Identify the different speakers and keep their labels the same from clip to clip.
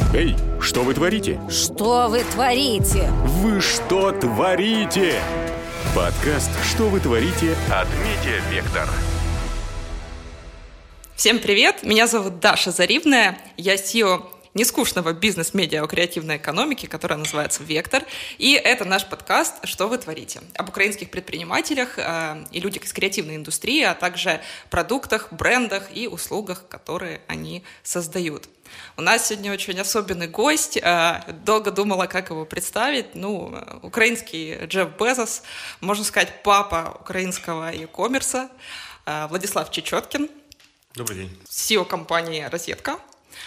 Speaker 1: Эй, что вы творите?
Speaker 2: Что вы творите?
Speaker 1: Вы что творите? Подкаст «Что вы творите» от Медиавектор.
Speaker 3: Всем привет, меня зовут Даша Заривная, я CEO нескучного бизнес-медиа о креативной экономике, которая называется «Вектор», и это наш подкаст «Что вы творите?» об украинских предпринимателях и людях из креативной индустрии, а также продуктах, брендах и услугах, которые они создают. У нас сегодня очень особенный гость, долго думала, как его представить, украинский Джефф Безос, можно сказать, папа украинского e-commerce, Владислав Чечеткин.
Speaker 4: Добрый день.
Speaker 3: CEO компании «Розетка».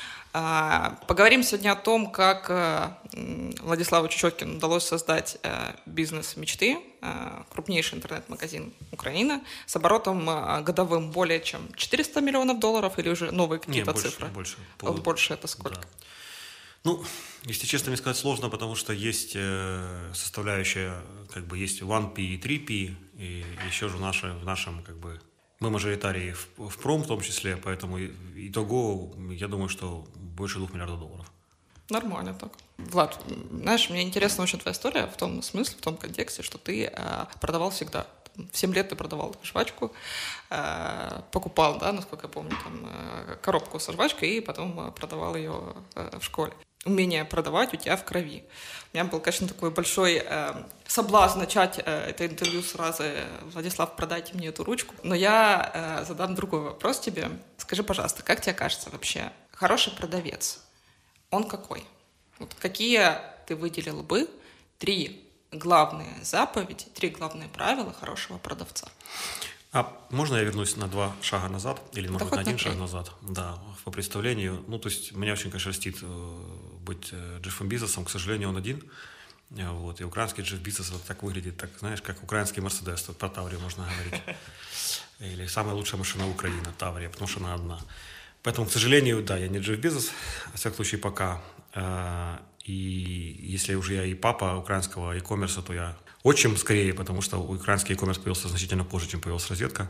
Speaker 3: Поговорим сегодня о том, как Владиславу Чечеткину удалось создать бизнес мечты, крупнейший интернет-магазин Украины, с оборотом годовым более чем $400 миллионов, или уже новые какие-то цифры?
Speaker 4: Больше.
Speaker 3: Больше это сколько?
Speaker 4: Да. Если честно, мне сказать сложно, потому что есть составляющая, есть 1P и 3P, и еще же в нашем, мы мажоритарии в пром в том числе, поэтому итого, я думаю, что больше $2 миллиардов.
Speaker 3: Нормально так. Влад, знаешь, мне интересна очень твоя история в том смысле, в том контексте, что ты продавал всегда. В 7 лет ты продавал жвачку, покупал, насколько я помню, коробку со жвачкой и потом продавал ее в школе. Умение продавать у тебя в крови. У меня был, конечно, такой большой соблазн начать это интервью сразу: Владислав, продайте мне эту ручку. Но я задам другой вопрос тебе. Скажи, пожалуйста, как тебе кажется вообще, хороший продавец, он какой? Вот какие ты выделил бы 3 главные заповеди, 3 главные правила хорошего продавца?
Speaker 4: А можно я вернусь на 2 шага назад? Или, может быть, на 1 шаг назад? Да, по представлению. То есть, меня очень, конечно, льстит быть Джеффом Безосом. К сожалению, он один. И украинский Джефф Безос так выглядит, как украинский Мерседес. Про Таврию можно говорить. Или самая лучшая машина Украины, Таврия, потому что она одна. Поэтому, к сожалению, да, я не Джефф Безос, во всяком случае, пока. И если уже я и папа украинского e-commerce, то я отчим скорее, потому что украинский e-commerce появился значительно позже, чем появилась «Розетка».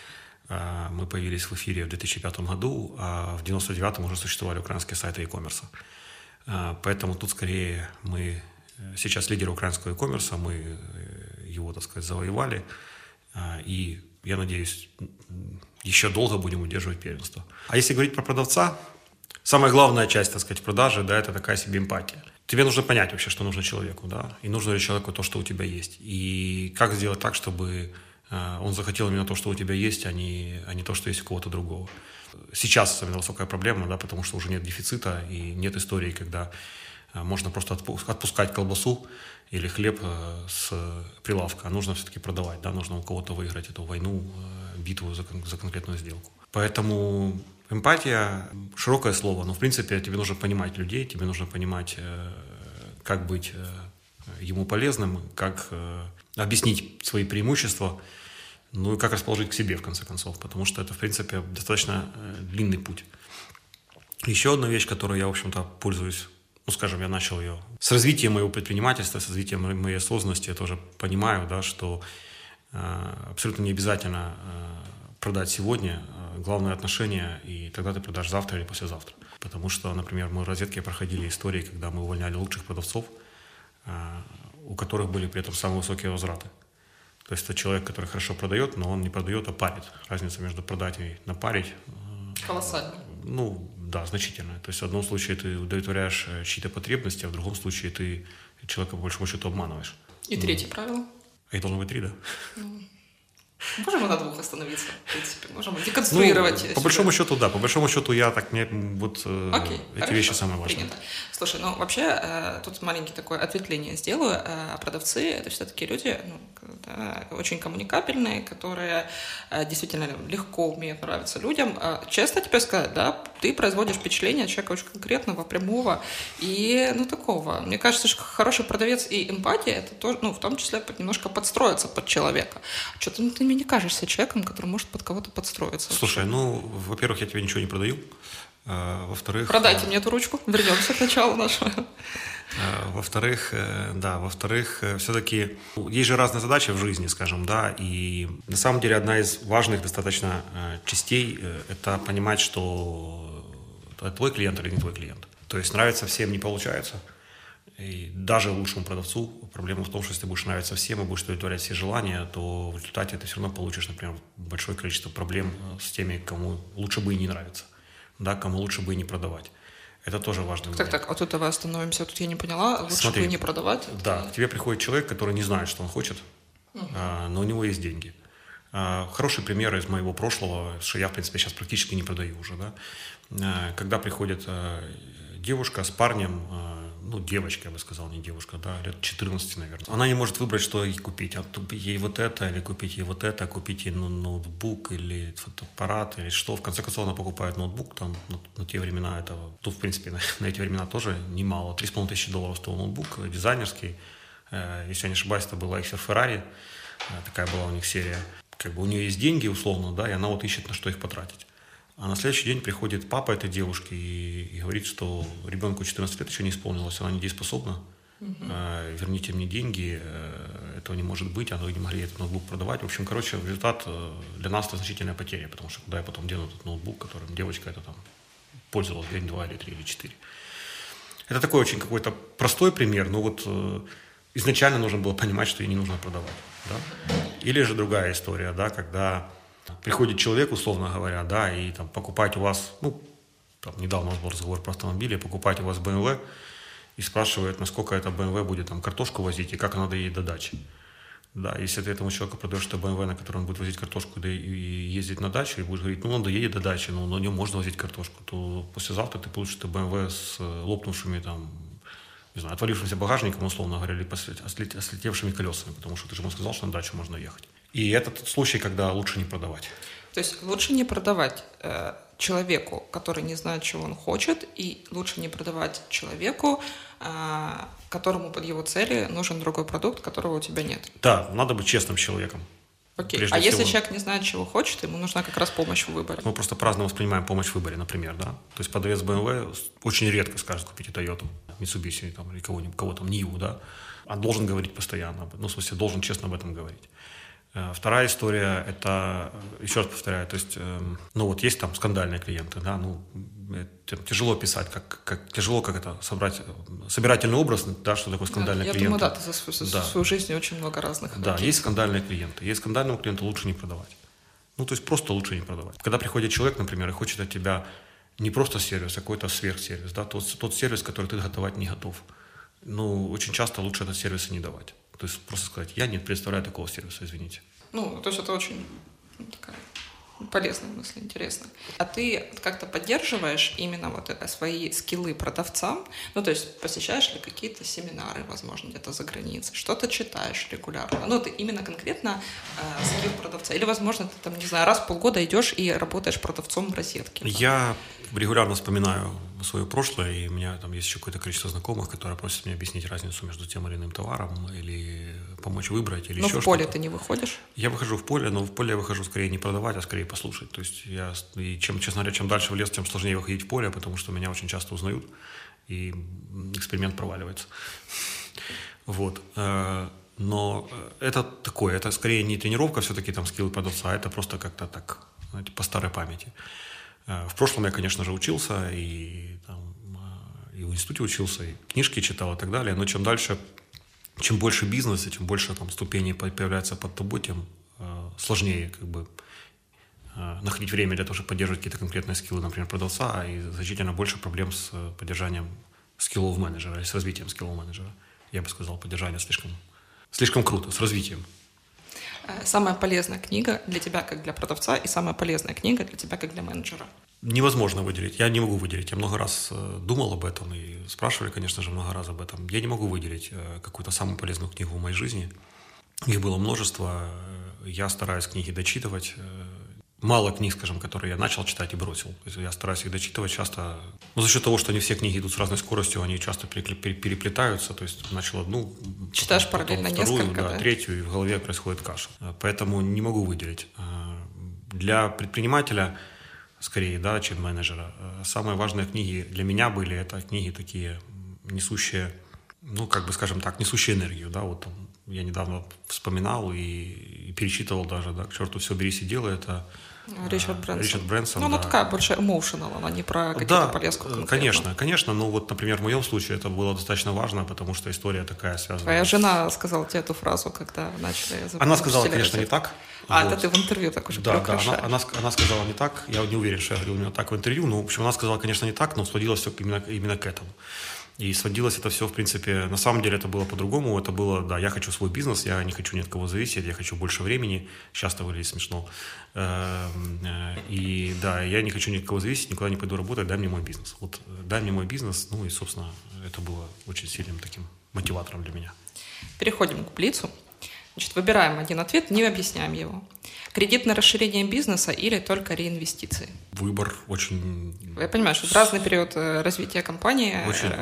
Speaker 4: Мы появились в эфире в 2005 году, а в 1999 уже существовали украинские сайты e-commerce. Поэтому тут скорее мы сейчас лидеры украинского e-commerce, мы его, завоевали, и я надеюсь, еще долго будем удерживать первенство. А если говорить про продавца, самая главная часть, в продаже, это такая себе эмпатия. Тебе нужно понять вообще, что нужно человеку, и нужно ли человеку то, что у тебя есть. И как сделать так, чтобы он захотел именно то, что у тебя есть, а не то, что есть у кого-то другого. Сейчас особенно высокая проблема, потому что уже нет дефицита и нет истории, когда можно просто отпускать колбасу или хлеб с прилавка, а нужно все-таки продавать, нужно у кого-то выиграть эту войну, битву за конкретную сделку. Поэтому эмпатия – широкое слово, но в принципе тебе нужно понимать людей, тебе нужно понимать, как быть ему полезным, как объяснить свои преимущества, и как расположить к себе, в конце концов, потому что это, в принципе, достаточно длинный путь. Еще одна вещь, которой я, в общем-то, пользуюсь, я начал ее с развития моего предпринимательства, с развитием моей осознанности, я тоже понимаю, что абсолютно не обязательно продать сегодня, главное отношение, и тогда ты продашь завтра или послезавтра. Потому что, например, мы в «Розетке» проходили истории, когда мы увольняли лучших продавцов, у которых были при этом самые высокие возвраты. То есть это человек, который хорошо продает, но он не продает, а парит. Разница между продать и напарить
Speaker 3: колоссальная.
Speaker 4: Да, значительная. То есть в одном случае ты удовлетворяешь чьи-то потребности, а в другом случае ты человека, по большому счету, обманываешь.
Speaker 3: И 3 правило?
Speaker 4: А их должно быть 3, да?
Speaker 3: Можем на 2 остановиться, в принципе, можем деконструировать.
Speaker 4: По большому счету, да. По большому счету, эти вещи самые важные.
Speaker 3: Принято. Слушай, вообще, тут маленькое такое ответвление сделаю. Продавцы — это все-таки люди очень коммуникабельные, которые действительно легко умеют нравиться людям. Честно тебе сказать, ты производишь впечатление человека очень конкретного, прямого и, такого. Мне кажется, что хороший продавец и эмпатия — это тоже, в том числе немножко подстроиться под человека. Что-то ты мне не кажешься человеком, который может под кого-то подстроиться.
Speaker 4: Слушай, во-первых, я тебе ничего не продаю. Во-вторых...
Speaker 3: Продайте мне эту ручку, вернемся к началу нашего.
Speaker 4: Во-вторых, все-таки есть же разные задачи в жизни, и на самом деле одна из важных достаточно частей – это понимать, что это твой клиент или не твой клиент. То есть нравится всем не получается. И даже лучшему продавцу проблема в том, что если ты будешь нравиться всем и будешь удовлетворять все желания, то в результате ты все равно получишь, например, большое количество проблем с теми, кому лучше бы и не нравится, да, кому лучше бы и не продавать. Это тоже важный момент.
Speaker 3: Так, а тут давай остановимся. Тут я не поняла, лучше
Speaker 4: Смотри,
Speaker 3: бы не продавать.
Speaker 4: Да, к тебе приходит человек, который не знает, что он хочет, но у него есть деньги. Хороший пример из моего прошлого, что я, в принципе, сейчас практически не продаю уже, да. Когда приходит девушка с парнем, девочка, я бы сказал, не девушка, да, лет 14, наверное. Она не может выбрать, что ей купить. Ей вот это, или купить ей вот это, купить ей ноутбук, или фотоаппарат, или что. В конце концов, она покупает ноутбук, там, на те времена этого, в принципе, на эти времена тоже немало. $3500 стоил ноутбук, дизайнерский. Если я не ошибаюсь, это была Acer Ferrari, такая была у них серия. Как бы у нее есть деньги, условно, да, и она вот ищет, на что их потратить. А на следующий день приходит папа этой девушки и говорит, что ребенку 14 лет еще не исполнилось, она недееспособна, верните мне деньги, этого не может быть, она не могли этот ноутбук продавать. В общем, результат для нас это значительная потеря, потому что куда я потом дену этот ноутбук, которым девочка это там пользовалась день, 2 или 3 или 4. Это такой очень какой-то простой пример, но вот изначально нужно было понимать, что ей не нужно продавать. Да? Или же другая история, да, когда приходит человек, условно говоря, да, и там покупать у вас, недавно у нас был разговор про автомобили, покупать у вас BMW и спрашивает, насколько эта BMW будет там картошку возить и как она доедет до дачи. Да, если ты этому человеку продаешь это BMW, на котором он будет возить картошку и ездить на дачу, и будешь говорить, он доедет до дачи, но на нем можно возить картошку, то послезавтра ты получишь это BMW с лопнувшими там, не знаю, отвалившимся багажником, условно говоря, или ослетевшими колесами, потому что ты же ему сказал, что на дачу можно ехать. И это тот случай, когда лучше не продавать.
Speaker 3: То есть лучше не продавать человеку, который не знает, чего он хочет, и лучше не продавать человеку, которому под его цели нужен другой продукт, которого у тебя нет.
Speaker 4: Да, надо быть честным человеком.
Speaker 3: Окей. А если человек не знает, чего хочет, ему нужна как раз помощь в выборе.
Speaker 4: Мы просто по-разному воспринимаем помощь в выборе, например, да. То есть продавец BMW очень редко скажет купите Toyota, Mitsubishi там, или кого там, Niu, да. А должен говорить постоянно, в смысле, должен честно об этом говорить. Вторая история, это, еще раз повторяю, то есть, есть там скандальные клиенты, да, тяжело писать, тяжело это собрать, собирательный образ, да, что такое скандальный клиент.
Speaker 3: Я думаю, да, ты за свою жизнь очень много разных.
Speaker 4: Да, есть скандальные клиенты, есть скандальному клиенту лучше не продавать. То есть просто лучше не продавать. Когда приходит человек, например, и хочет от тебя не просто сервис, а какой-то сверхсервис, да, тот сервис, который ты готовать не готов. Очень часто лучше этот сервис и не давать. То есть просто сказать, я не представляю такого сервиса, извините.
Speaker 3: То есть это очень такая полезная мысль, интересно. А ты как-то поддерживаешь именно свои скиллы продавцам? То есть посещаешь ли какие-то семинары, возможно, где-то за границей? Что-то читаешь регулярно? Ты именно конкретно скилл продавца? Или, возможно, ты там, не знаю, раз в полгода идешь и работаешь продавцом в розетке?
Speaker 4: Я регулярно вспоминаю свое прошлое, и у меня там есть еще какое-то количество знакомых, которые просят меня объяснить разницу между тем или иным товаром, или помочь выбрать, или еще что-то.
Speaker 3: Но в поле ты не выходишь?
Speaker 4: Я выхожу в поле, но в поле я выхожу скорее не продавать, а скорее послушать. То есть честно говоря, чем дальше в лес, тем сложнее выходить в поле, потому что меня очень часто узнают, и эксперимент проваливается. Но это такое, это скорее не тренировка, все-таки там скиллы продавца, а это просто как-то так, знаете, по старой памяти. В прошлом я, конечно же, учился, и в институте учился, и книжки читал и так далее, но чем дальше, чем больше бизнеса, чем больше там ступеней появляется под тобой, тем сложнее находить время для того, чтобы поддерживать какие-то конкретные скиллы, например, продавца, и значительно больше проблем с поддержанием скиллов менеджера, или с развитием скиллов менеджера. Я бы сказал, поддержание слишком круто, с развитием.
Speaker 3: Самая полезная книга для тебя, как для продавца, и самая полезная книга для тебя, как для менеджера?
Speaker 4: Невозможно выделить. Я не могу выделить. Я много раз думал об этом и спрашивали, конечно же, много раз об этом. Я не могу выделить какую-то самую полезную книгу в моей жизни. Их было множество. Я стараюсь книги дочитывать. Мало книг, скажем, которые я начал читать и бросил. То есть я стараюсь их дочитывать часто. За счет того, что не все книги идут с разной скоростью, они часто переплетаются. То есть начал одну,
Speaker 3: читаешь параллельно
Speaker 4: вторую,
Speaker 3: несколько,
Speaker 4: третью, и в голове происходит каша. Поэтому не могу выделить. Для предпринимателя, скорее, да, чем менеджера, самые важные книги для меня были, это книги такие, несущие, скажем так, несущие энергию. Да, я недавно вспоминал и перечитывал даже, да, «К черту все, берись и делай», это
Speaker 3: Ричард Брэнсон.
Speaker 4: Ну,
Speaker 3: она такая больше emotional, она не про какие-то полезку конкретно.
Speaker 4: Конечно, но вот, например, в моем случае это было достаточно важно, потому что история такая связана.
Speaker 3: Твоя жена сказала тебе эту фразу, когда начали...
Speaker 4: Она сказала, конечно, не так.
Speaker 3: Это ты в интервью так уже приукрашаешь.
Speaker 4: Да, она сказала не так, я не уверен, что я говорил именно так в интервью, но, в общем, она сказала, конечно, не так, но сводилось все именно к этому. И сводилось это все, в принципе, на самом деле это было по-другому. Это было, да, я хочу свой бизнес, я не хочу ни от кого зависеть, я хочу больше времени. Часто выглядит смешно. И да, я не хочу ни от кого зависеть, никуда не пойду работать, дай мне мой бизнес. Вот дай мне мой бизнес, ну и, собственно, это было очень сильным таким мотиватором для меня.
Speaker 3: Переходим к блицу. Значит, выбираем один ответ, не объясняем его. Кредит на расширение бизнеса или только реинвестиции?
Speaker 4: Выбор очень...
Speaker 3: Я понимаю, что это разный период развития компании.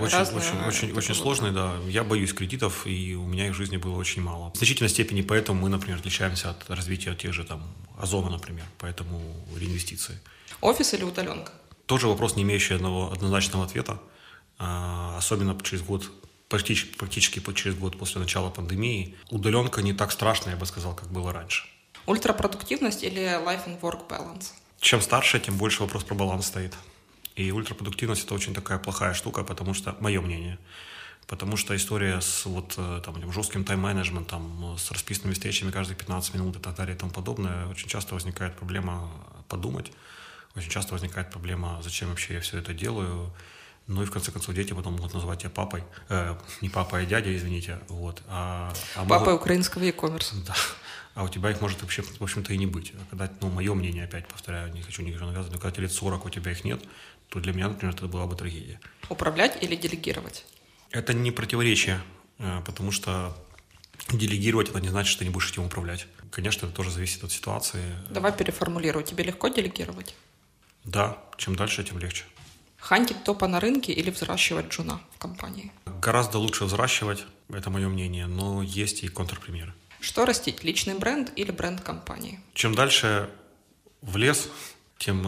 Speaker 4: Очень сложный, да. Я боюсь кредитов, и у меня их в жизни было очень мало. В значительной степени поэтому мы, например, отличаемся от развития тех же там Озона, например, поэтому реинвестиции.
Speaker 3: Офис или удаленка?
Speaker 4: Тоже вопрос, не имеющий однозначного ответа. Особенно через год, практически через год после начала пандемии. Удаленка не так страшна, я бы сказал, как было раньше.
Speaker 3: Ультрапродуктивность или life and work balance?
Speaker 4: Чем старше, тем больше вопрос про баланс стоит. И ультрапродуктивность – это очень такая плохая штука, потому что, мое мнение, потому что история с этим жестким тайм-менеджментом, с расписанными встречами каждые 15 минут и так далее и тому подобное, очень часто возникает проблема подумать, очень часто возникает проблема, зачем вообще я все это делаю. Ну и в конце концов дети потом могут называть тебя папой. Не папой, а дядя, извините. Вот.
Speaker 3: Папой украинского e-commerce.
Speaker 4: Да. А у тебя их может вообще, в общем-то, и не быть. Когда, мое мнение, опять повторяю, не хочу никого навязывать, но когда тебе лет 40, у тебя их нет, то для меня, например, это была бы трагедия.
Speaker 3: Управлять или делегировать?
Speaker 4: Это не противоречие, потому что делегировать – это не значит, что ты не будешь этим управлять. Конечно, это тоже зависит от ситуации.
Speaker 3: Давай переформулирую. Тебе легко делегировать?
Speaker 4: Да. Чем дальше, тем легче.
Speaker 3: Хантить топа на рынке или взращивать джуна в компании?
Speaker 4: Гораздо лучше взращивать, это мое мнение, но есть и контрпримеры.
Speaker 3: Что растить, личный бренд или бренд компании?
Speaker 4: Чем дальше в лес, тем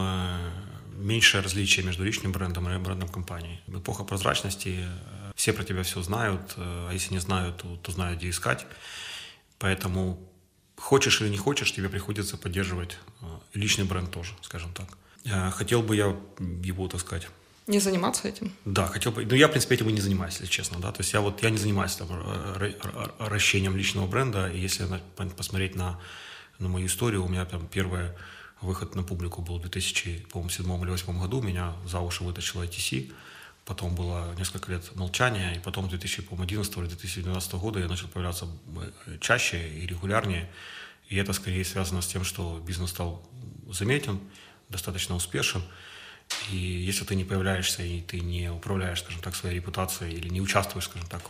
Speaker 4: меньше различия между личным брендом и брендом компании. Эпоха прозрачности, все про тебя все знают, а если не знают, то знают, где искать. Поэтому хочешь или не хочешь, тебе приходится поддерживать личный бренд тоже, скажем так. Хотел бы я его, так сказать...
Speaker 3: Не заниматься этим?
Speaker 4: Да, хотел бы. Но я, в принципе, этим и не занимаюсь, если честно. Да? То есть я не занимаюсь ращением личного бренда. И если посмотреть на мою историю, у меня там первый выход на публику был в 2007 или 2008 году. Меня за уши вытащила ITC. Потом было несколько лет молчания. И потом с 2011 или 2012 года я начал появляться чаще и регулярнее. И это скорее связано с тем, что бизнес стал заметен, достаточно успешен. И если ты не появляешься и ты не управляешь, скажем так, своей репутацией или не участвуешь, скажем так,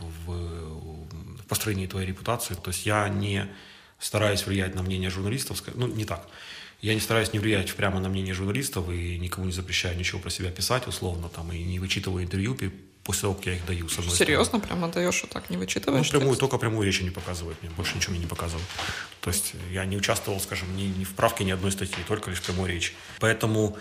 Speaker 4: в построении твоей репутации, то есть я не стараюсь влиять на мнение журналистов, не так. Я не стараюсь не влиять прямо на мнение журналистов и никому не запрещаю ничего про себя писать, условно, там, и не вычитываю интервью после того, как я их даю.
Speaker 3: Серьезно? Прямо даешь, вот так не вычитываешь?
Speaker 4: Только прямую речь не показывают мне, больше ничего мне не показывают. То есть я не участвовал, скажем, ни в правке ни одной статьи, только лишь прямую речь. Поэтому,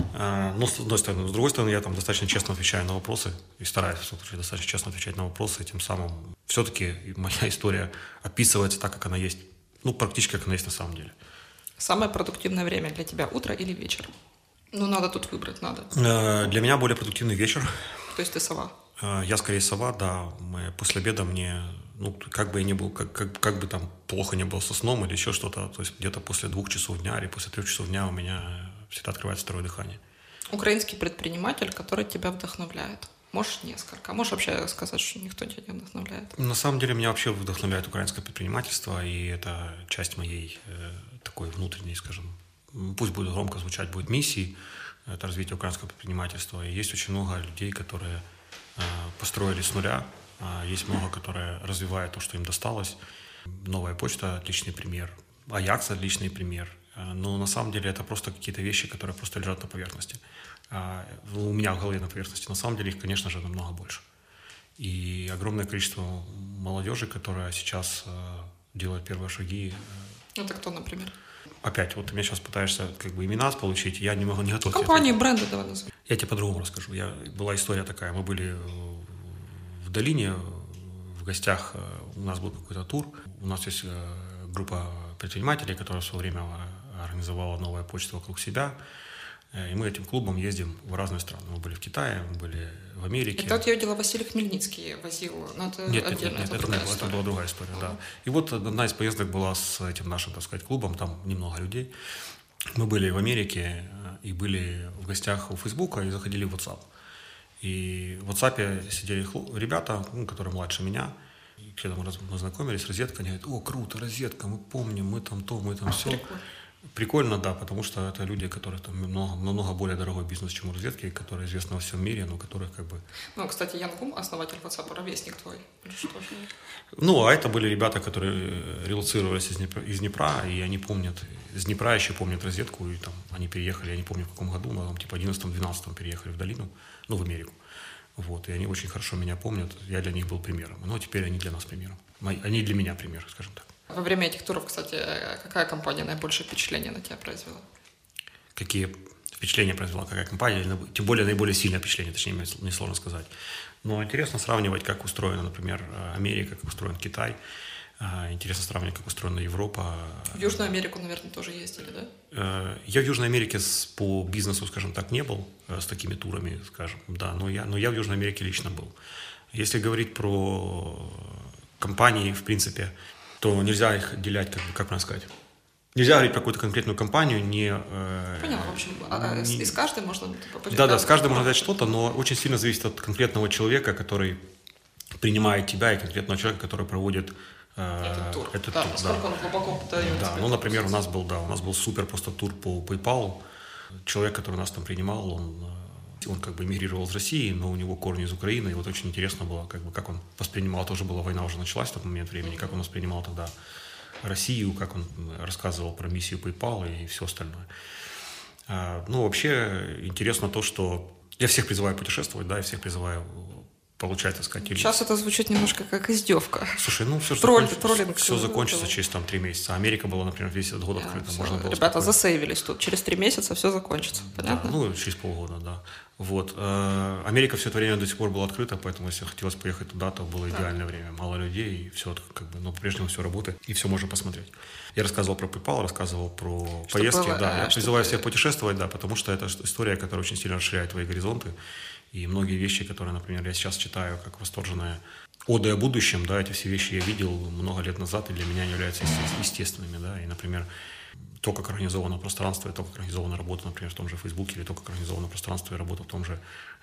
Speaker 4: с одной стороны. С другой стороны, я там достаточно честно отвечаю на вопросы и стараюсь, в случае, достаточно честно отвечать на вопросы, и тем самым все-таки моя история описывается так, как она есть, практически как она есть на самом деле.
Speaker 3: Самое продуктивное время для тебя утро или вечер? Надо тут выбрать, надо.
Speaker 4: Для меня более продуктивный вечер.
Speaker 3: То есть ты сова?
Speaker 4: Я скорее сова, да. После обеда мне, как бы я не был, как бы там плохо не было со сном или еще что-то, то есть где-то после 2 часов дня или после 3 часов дня у меня всегда открывается второе дыхание. Украинский
Speaker 3: предприниматель, который тебя вдохновляет? Можешь несколько? Можешь вообще сказать, что никто тебя не вдохновляет?
Speaker 4: На самом деле меня вообще вдохновляет украинское предпринимательство, и это часть моей такой внутренней, скажем, пусть будет громко звучать, будет миссии, это развитие украинского предпринимательства. И есть очень много людей, которые построили с нуля, есть много, которые развивают то, что им досталось. Новая почта – отличный пример, Аякс – отличный пример. Но на самом деле это просто какие-то вещи, которые просто лежат на поверхности. У меня в голове на поверхности. На самом деле их, конечно же, намного больше. И огромное количество молодежи, которая сейчас делает первые шаги.
Speaker 3: Это кто, например?
Speaker 4: Опять, вот ты меня сейчас пытаешься имена получить, я не готов.
Speaker 3: Компании, бренды давай назовем.
Speaker 4: Я тебе по-другому расскажу. Была история такая, мы были в долине, в гостях у нас был какой-то тур. У нас есть группа предпринимателей, которая в свое время организовала «Новая почта» вокруг себя. И мы этим клубом ездим в разные страны. Мы были в Китае, мы были в Америке.
Speaker 3: Это вот я видела, Василий Хмельницкий возил. Но это
Speaker 4: нет,
Speaker 3: отдельно.
Speaker 4: Нет, это была другая история, да. И вот одна из поездок была с этим нашим, так сказать, клубом, там немного людей. Мы были в Америке и были в гостях у Фейсбука и заходили в WhatsApp. И в WhatsApp сидели ребята, которые младше меня. И когда мы знакомились, розетка, они говорят: о, круто, розетка, мы помним, мы там то, мы там все. Прикольно, да, потому что это люди, которые там намного более дорогой бизнес, чем у розетки, которые известны во всем мире, но которых как бы...
Speaker 3: Ну, кстати, Ян Кум, основатель WhatsApp, ровесник твой, или что же?
Speaker 4: Ну, а это были ребята, которые релоцировались из Днепра, и они помнят, из Днепра еще помнят розетку, и там они переехали, я не помню в каком году, но там типа 11-12 переехали в долину, ну, в Америку. Вот, и они очень хорошо меня помнят, я для них был примером, но теперь они для нас примером. Они для меня пример, скажем так.
Speaker 3: Во время этих туров, кстати, какая компания наибольшее впечатление на тебя произвела?
Speaker 4: Какие впечатления произвела какая компания? Тем более наиболее сильное впечатление, точнее, мне сложно сказать. Но интересно сравнивать, как устроена, например, Америка, как устроен Китай. Интересно сравнивать, как устроена Европа.
Speaker 3: В Южную Америку, наверное, тоже ездили, да?
Speaker 4: Я в Южной Америке по бизнесу, скажем так, не был с такими турами, скажем, да, но я в Южной Америке лично был. Если говорить про компании, в принципе, то нельзя их отделять, как правильно сказать. Нельзя говорить про какую-то конкретную компанию,
Speaker 3: Поняла, в общем, из каждой можно...
Speaker 4: Да, с каждой можно взять что-то, но очень сильно зависит от конкретного человека, который принимает тебя, и конкретного человека, который проводит
Speaker 3: этот тур.
Speaker 4: Да,
Speaker 3: насколько он глубоко подает.
Speaker 4: Да, ну, например, у нас был супер просто тур по PayPal. Человек, который нас там принимал, он как бы эмигрировал из России, но у него корни из Украины, и вот очень интересно было, как бы, как он воспринимал, тоже была война уже началась в тот момент времени, как он воспринимал тогда Россию, как он рассказывал про миссию PayPal и все остальное. Ну, вообще, интересно то, что я всех призываю путешествовать, да, я всех призываю получать, так сказать.
Speaker 3: Сейчас это звучит немножко как издевка.
Speaker 4: Слушай, ну все закончится через там 3 месяца. Америка была, например, весь этот год открыта. Можно было
Speaker 3: ребята засейвились тут. Через 3 месяца все закончится. Понятно?
Speaker 4: Да, ну, через полгода, да. Вот. Америка все это время до сих пор была открыта, поэтому если хотелось поехать туда, то было идеальное время. Мало людей, и все, как бы, но по-прежнему все работает, и все можно посмотреть. Я рассказывал про PayPal, рассказывал про поездки. Да, я призываю всех путешествовать, да, потому что это история, которая очень сильно расширяет твои горизонты. И многие вещи, которые, например, я сейчас читаю как восторженная ода о будущем, да, эти все вещи я видел много лет назад, и для меня они являются естественными, да, и, например, то, как организовано пространство, и то, как организована работа, например, в том же Фейсбуке, или то, как организовано пространство и работа в том же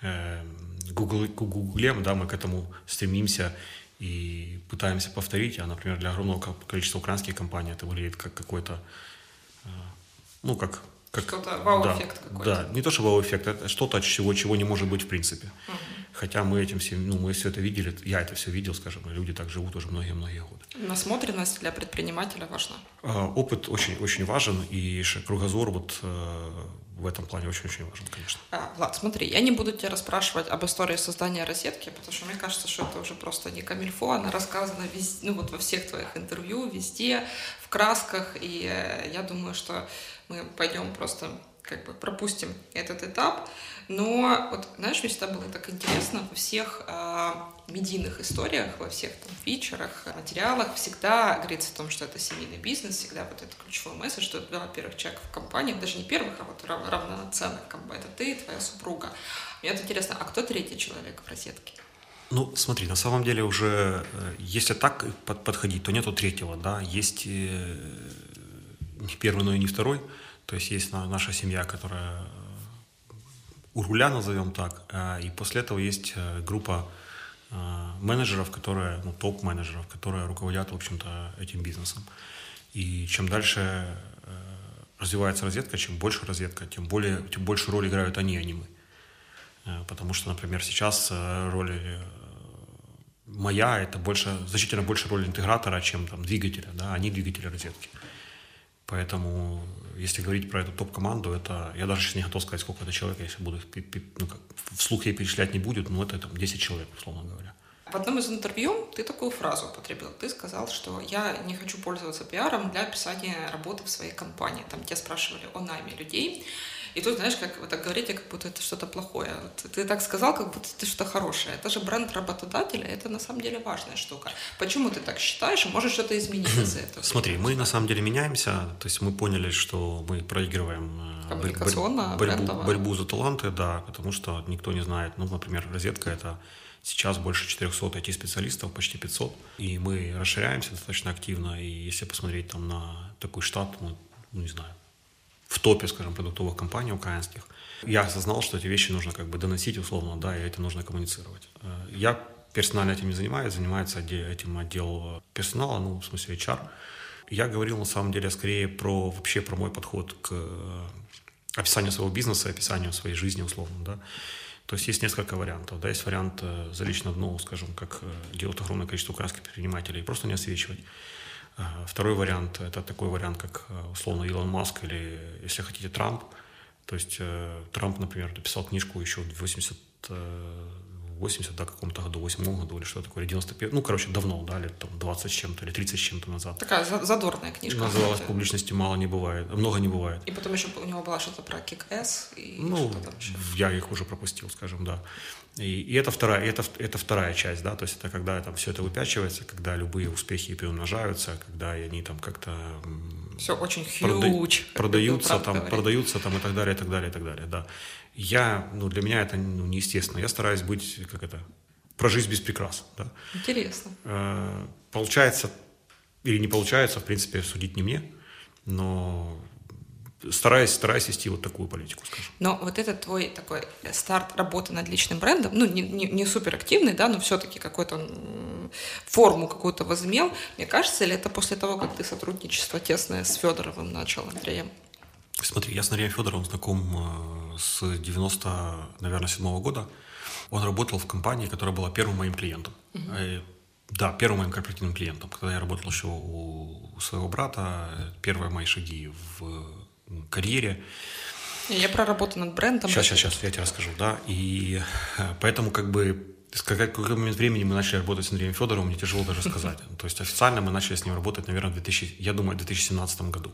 Speaker 4: Гугле, да, мы к этому стремимся и пытаемся повторить, а, например, для огромного количества украинских компаний это выглядит как какой-то, ну, как
Speaker 3: что-то вау-эффект какой-то.
Speaker 4: Да, не то, что вау-эффект, это что-то, чего не может быть в принципе. Хотя мы мы все это видели, я это все видел, скажем, и люди так живут уже многие-многие годы.
Speaker 3: Насмотренность для предпринимателя важна.
Speaker 4: Опыт очень важен, и кругозор вот в этом плане очень-очень важен, конечно.
Speaker 3: Влад, смотри, я не буду тебя расспрашивать об истории создания розетки, потому что мне кажется, что это уже просто не камильфо, она рассказана везде, ну вот во всех твоих интервью, везде, в красках, и я думаю, что мы пойдем просто как бы пропустим этот этап. Но вот, знаешь, мне всегда было так интересно, во всех медийных историях, во всех там фичерах, материалах всегда говорится о том, что это семейный бизнес, всегда вот это ключевой месседж, что два первых человека в компании, даже не первых, а вот равноценных, как бы это ты и твоя супруга. Мне вот интересно, а кто третий человек в розетке?
Speaker 4: Ну, смотри, на самом деле уже, если так подходить, то нету третьего, да, есть не первый, но и не второй, то есть есть наша семья, которая у руля, назовем так, и после этого есть группа менеджеров, которые, ну, топ-менеджеров, которые руководят, в общем-то, этим бизнесом. И чем дальше развивается розетка, чем больше розетка, тем больше роль играют они, а не мы. Потому что, например, сейчас роль моя — это значительно больше роль интегратора, чем там двигателя, да, они двигатели розетки. Поэтому, если говорить про эту топ-команду, это, я даже сейчас не готов сказать, сколько это человек, если буду, вслух ей перечислять не будет, но это там 10 человек, условно говоря.
Speaker 3: В одном из интервью ты такую фразу употребил. Ты сказал, что я не хочу пользоваться пиаром для описания работы в своей компании. Там тебя спрашивали о найме людей. И тут, знаешь, как вы так говорите, как будто это что-то плохое. Вот ты так сказал, как будто это что-то хорошее. Это же бренд работодателя, это на самом деле важная штука. Почему ты так считаешь? Может что-то измениться из-за этого?
Speaker 4: Смотри, мы на самом деле меняемся, то есть мы поняли, что мы проигрываем борьбу за таланты, да, потому что никто не знает. Ну, например, «Розетка» — это сейчас больше 400 IT-специалистов, почти 500, и мы расширяемся достаточно активно, и если посмотреть там на такой штат, мы, не знаю, в топе, скажем, продуктовых компаний украинских, я осознал, что эти вещи нужно как бы доносить условно, да, и это нужно коммуницировать. Я персонально этим не занимаюсь, занимается этим отдел персонала, ну, в смысле HR. Я говорил, на самом деле, скорее вообще про мой подход к описанию своего бизнеса, описанию своей жизни, условно, да. То есть есть несколько вариантов, да, есть вариант залечь на дно, скажем, как делают огромное количество украинских предпринимателей, и просто не освечивать. Второй вариант, это такой вариант, как, условно, Илон Маск или, если хотите, Трамп. То есть Трамп, например, написал книжку еще в 80, да, каком-то году, 8-м году или что такое, или 91, ну, короче, давно, да, лет там 20 с чем-то, или 30 с чем-то назад.
Speaker 3: Такая задорная книжка.
Speaker 4: Называлась «Публичности много не бывает».
Speaker 3: И потом еще у него была что-то про Kick-Ass и
Speaker 4: ну,
Speaker 3: что-то там еще.
Speaker 4: Я их уже пропустил, скажем, да. И это вторая часть, да, то есть это когда там все это выпячивается, когда любые успехи приумножаются, когда они там как-то
Speaker 3: все очень huge,
Speaker 4: продаются там и так далее, и так далее, и так далее, да. Для меня это неестественно. Я стараюсь быть, про жизнь без прикрас, да.
Speaker 3: Интересно.
Speaker 4: Получается или не получается, в принципе, судить не мне, но стараюсь вести вот такую политику, скажем.
Speaker 3: Но вот это твой такой старт работы над личным брендом, ну, не супер активный, да, но все-таки какой-то форму какую-то возымел. Мне кажется, или это после того, как ты сотрудничество тесное с Федоровым начал, Андреем?
Speaker 4: Смотри, я с Андреем Федоровым знаком с 97-го года. Он работал в компании, которая была первым моим клиентом. Да, первым моим корпоративным клиентом. Когда я работал еще у своего брата, первые мои шаги в карьере.
Speaker 3: Я про работу над брендом.
Speaker 4: Сейчас, я тебе расскажу, да. И поэтому в какой момент времени мы начали работать с Андреем Федоровым, мне тяжело даже сказать. То есть официально мы начали с ним работать, наверное, в 2017 году.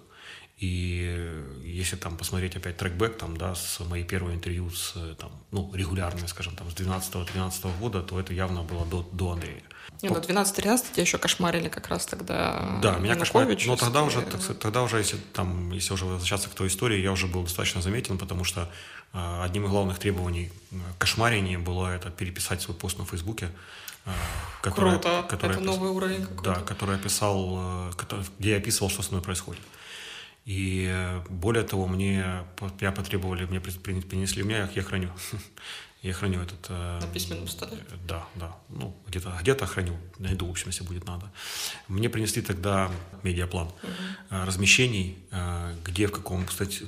Speaker 4: И если там посмотреть опять трекбэк, там, да, с моей первой интервью регулярными, скажем, там, с 12-13 года, то это явно было до Андрея.
Speaker 3: 12-13 тебя еще кошмарили как раз тогда.
Speaker 4: Да, меня кошмарили. Но тогда уже, если уже возвращаться к той истории, я уже был достаточно заметен, потому что одним из главных требований кошмарения было это переписать свой пост на Фейсбуке.
Speaker 3: Круто, это новый уровень какой-то.
Speaker 4: Да, где я описывал, что со мной происходит. И более того, мне принесли, я храню. Я храню этот...
Speaker 3: На письменном столе?
Speaker 4: Да. Ну, где-то храню. Найду, в общем, если будет надо. Мне принесли тогда медиаплан размещений, где, в каком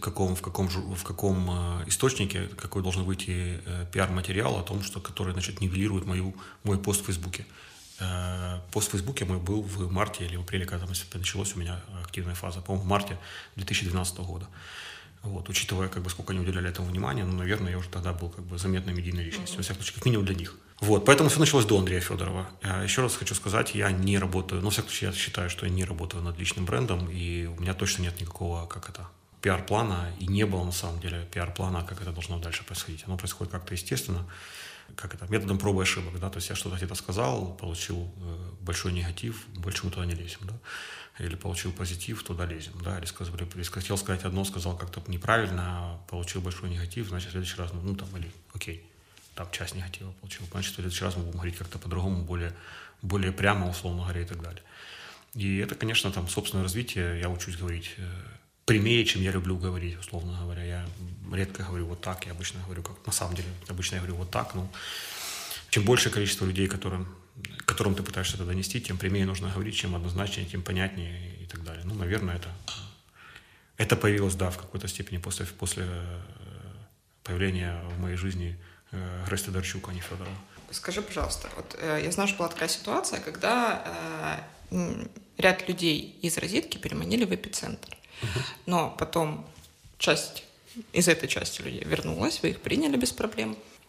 Speaker 4: источнике, какой должен выйти пиар-материал о том, который, значит, нивелирует мой пост в Фейсбуке. Пост в Фейсбуке мой был в марте или в апреле, когда началась у меня активная фаза, по-моему, в марте 2012 года. Вот, учитывая, сколько они уделяли этому внимания, наверное, я уже тогда был заметной медийной личностью, во всяком случае, как минимум для них. Вот, поэтому все началось до Андрея Федорова. Еще раз хочу сказать, я не работаю, во всяком случае, я считаю, что я не работаю над личным брендом, и у меня точно нет никакого, пиар-плана, и не было, на самом деле, пиар-плана, как это должно дальше происходить. Оно происходит как-то естественно, методом проб и ошибок, да, то есть я что-то где-то сказал, получил большой негатив, больше мы туда не лезем, да, или получил позитив, туда лезем, да, или хотел сказать одно, сказал как-то неправильно, получил большой негатив, значит, в следующий раз, часть негатива получил, значит, в следующий раз мы будем говорить как-то по-другому, более прямо, условно говоря, и так далее. И это, конечно, собственное развитие, я учусь говорить прямее, чем я люблю говорить, условно говоря. Я редко говорю вот так, я обычно говорю на самом деле, обычно я говорю вот так, чем большее количество людей, которым ты пытаешься это донести, тем прямее нужно говорить, чем однозначнее, тем понятнее и так далее. Наверное, это появилось, да, в какой-то степени после появления в моей жизни Гресі Тодорчук, а не Федорова.
Speaker 3: Скажи, пожалуйста, я знаю, что была такая ситуация, когда ряд людей из «Розетки» переманили в «Эпицентр». Но потом часть из этой части людей вернулась, вы их приняли без проблем.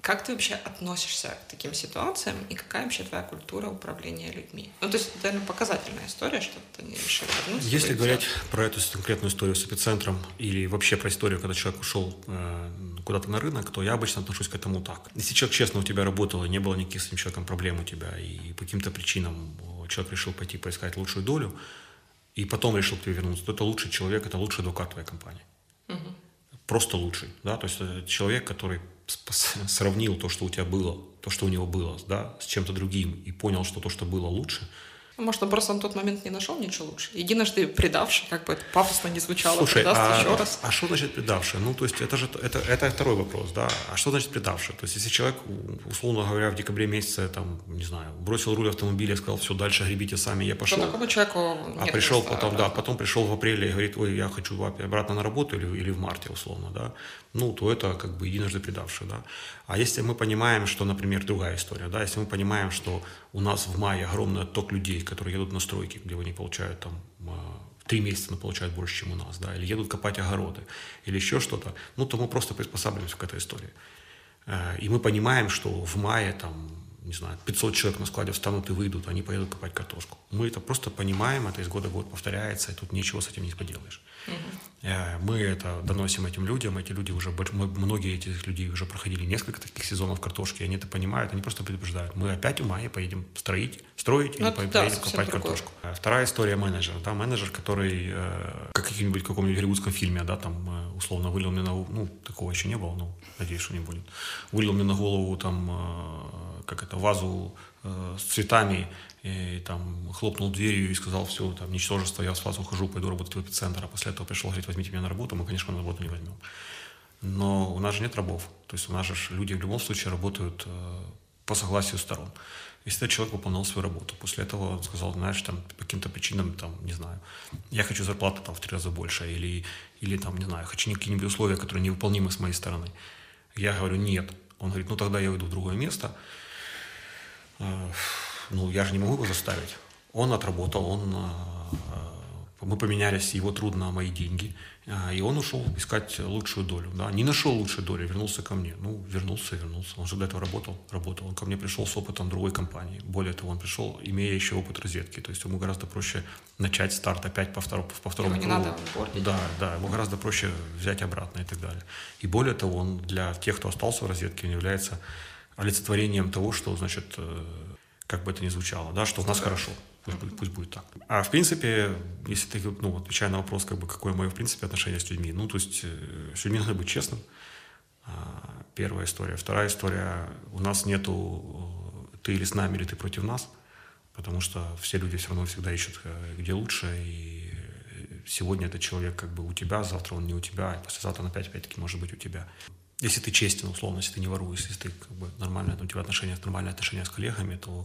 Speaker 3: Как ты вообще относишься к таким ситуациям и какая вообще твоя культура управления людьми? Ну, то есть, это, наверное, показательная история, что ты не решил вернуться.
Speaker 4: Если говорить про эту конкретную историю с эпицентром или вообще про историю, когда человек ушел куда-то на рынок, то я обычно отношусь к этому так. Если человек честно у тебя работал, и не было никаких с этим человеком проблем у тебя, и по каким-то причинам человек решил пойти поискать лучшую долю, и потом решил к тебе вернуться, то это лучший человек, это лучший адвокат твоей компании. Угу. Просто лучший, да, то есть это человек, который сравнил то, что у тебя было, то, что у него было, да, с чем-то другим, и понял, что то, что было лучше.
Speaker 3: Может, он просто на тот момент не нашел ничего лучше. Единожды предавший, как бы это пафосно не звучало,
Speaker 4: слушай,
Speaker 3: предаст еще раз.
Speaker 4: А что значит предавший? Ну, то есть это второй вопрос, да. А что значит предавший? То есть если человек, условно говоря, в декабре месяце, там, не знаю, бросил руль автомобиля и сказал, все, дальше гребите сами, я пошел.
Speaker 3: То такому человеку нет
Speaker 4: пришел
Speaker 3: места,
Speaker 4: потом, да, потом пришел в апреле и говорит, ой, я хочу обратно на работу или в марте, условно, да. Ну, то это как бы единожды предавший, да. А если мы понимаем, что, например, другая история, да, если мы понимаем, что у нас в мае огромный отток людей, которые едут на стройки, где они получают там 3 месяца, но получают больше, чем у нас, да, или едут копать огороды, или еще что-то, ну, то мы просто приспосабливаемся к этой истории. И мы понимаем, что в мае там, не знаю, 500 человек на складе встанут и выйдут, они поедут копать картошку. Мы это просто понимаем, это из года в год повторяется, и тут ничего с этим не поделаешь. Мы это доносим этим людям, эти люди уже, многие этих людей уже проходили несколько таких сезонов картошки, и они это понимают, они просто предупреждают. Мы опять в мае поедем строить или поедем копать картошку. Вторая история менеджера, да, менеджер, который, как в каком-нибудь голливудском фильме, да, там, условно, вылил мне на голову, ну, такого еще не было, но надеюсь, что не будет, вылил мне на голову, там, вазу с цветами, и там хлопнул дверью и сказал, все, там, ничтожество, я с вас ухожу, пойду работать в эпицентр, а после этого пришел, говорит, возьмите меня на работу, мы, конечно, на работу не возьмем. Но у нас же нет рабов, то есть у нас же люди в любом случае работают по согласию сторон. Если этот человек выполнял свою работу, после этого он сказал, знаешь, там, по каким-то причинам, там, не знаю, я хочу зарплату там в 3 раза больше, или там, не знаю, хочу какие-нибудь условия, которые невыполнимы с моей стороны. Я говорю, нет. Он говорит, ну, тогда я уйду в другое место. Ну, я же не могу его заставить. Он отработал, мы поменялись, его труд на мои деньги, и он ушел искать лучшую долю. Да? Не нашел лучшую долю, вернулся ко мне. Ну, вернулся. Он же до этого работал. Он ко мне пришел с опытом другой компании. Более того, он пришел, имея еще опыт розетки. То есть ему гораздо проще начать старт опять по второму кругу.
Speaker 3: Не надо бордить.
Speaker 4: Да, ему гораздо проще взять обратно и так далее. И более того, он для тех, кто остался в розетке, он является олицетворением того, что, значит, как бы это ни звучало, да, что у нас хорошо. Пусть будет так. А в принципе, если ты, ну, отвечая на вопрос, как бы, какое мое, в принципе, отношение с людьми, ну, то есть с людьми надо быть честным. Первая история. Вторая история. У нас нету ты или с нами, или ты против нас, потому что все люди все равно всегда ищут, где лучше, и сегодня этот человек как бы у тебя, завтра он не у тебя, и послезавтра он опять-таки может быть у тебя. Если ты честен, условно, если ты не воруешь, если ты как бы нормально, у тебя нормальные отношения с коллегами, то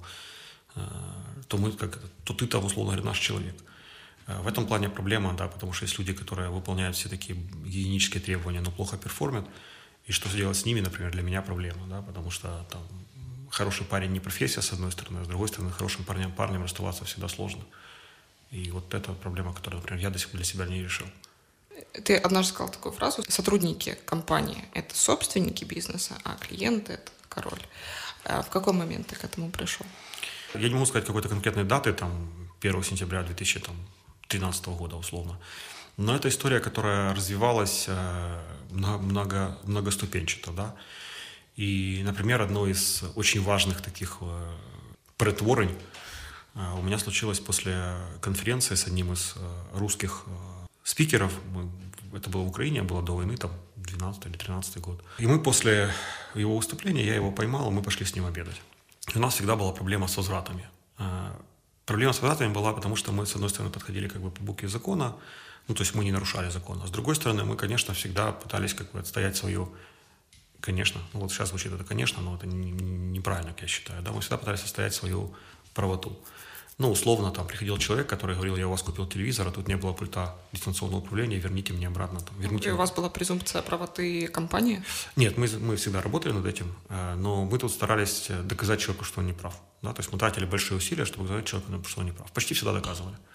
Speaker 4: ты там, условно говоря, наш человек. В этом плане проблема, да, потому что есть люди, которые выполняют все такие гигиенические требования, но плохо перформят, и что делать с ними, например, для меня проблема, да, потому что там хороший парень не профессия, с одной стороны, а с другой стороны, хорошим парнем расставаться всегда сложно. И вот это проблема, которую, например, я до сих пор для себя не решил.
Speaker 3: Ты однажды сказал такую фразу: сотрудники компании – это собственники бизнеса, а клиенты – это король. В какой момент ты к этому пришел?
Speaker 4: Я не могу сказать какой-то конкретной даты, там, 1 сентября 2013 года, условно. Но это история, которая развивалась многоступенчато, да. И, например, одно из очень важных таких претворень у меня случилось после конференции с одним из русских спикеров. Это было в Украине, было до войны, там, 12 или 13 год. И мы после его выступления, я его поймал, и мы пошли с ним обедать. И у нас всегда была проблема с возвратами. Проблема с возвратами была, потому что мы, с одной стороны, подходили как бы по букве закона, ну, то есть мы не нарушали закон. А с другой стороны, мы, конечно, всегда пытались как бы отстоять свою, конечно, ну, вот сейчас звучит это «конечно», но это неправильно, как я считаю, да, мы всегда пытались отстоять свою правоту. Ну, условно, там, приходил человек, который говорил: я у вас купил телевизор, а тут не было пульта дистанционного управления, верните мне обратно. Там,
Speaker 3: И у вас была презумпция правоты компании?
Speaker 4: Нет, мы всегда работали над этим, но мы тут старались доказать человеку, что он не прав. Да? То есть мы тратили большие усилия, чтобы доказать человеку, что он не прав. Почти всегда доказывали.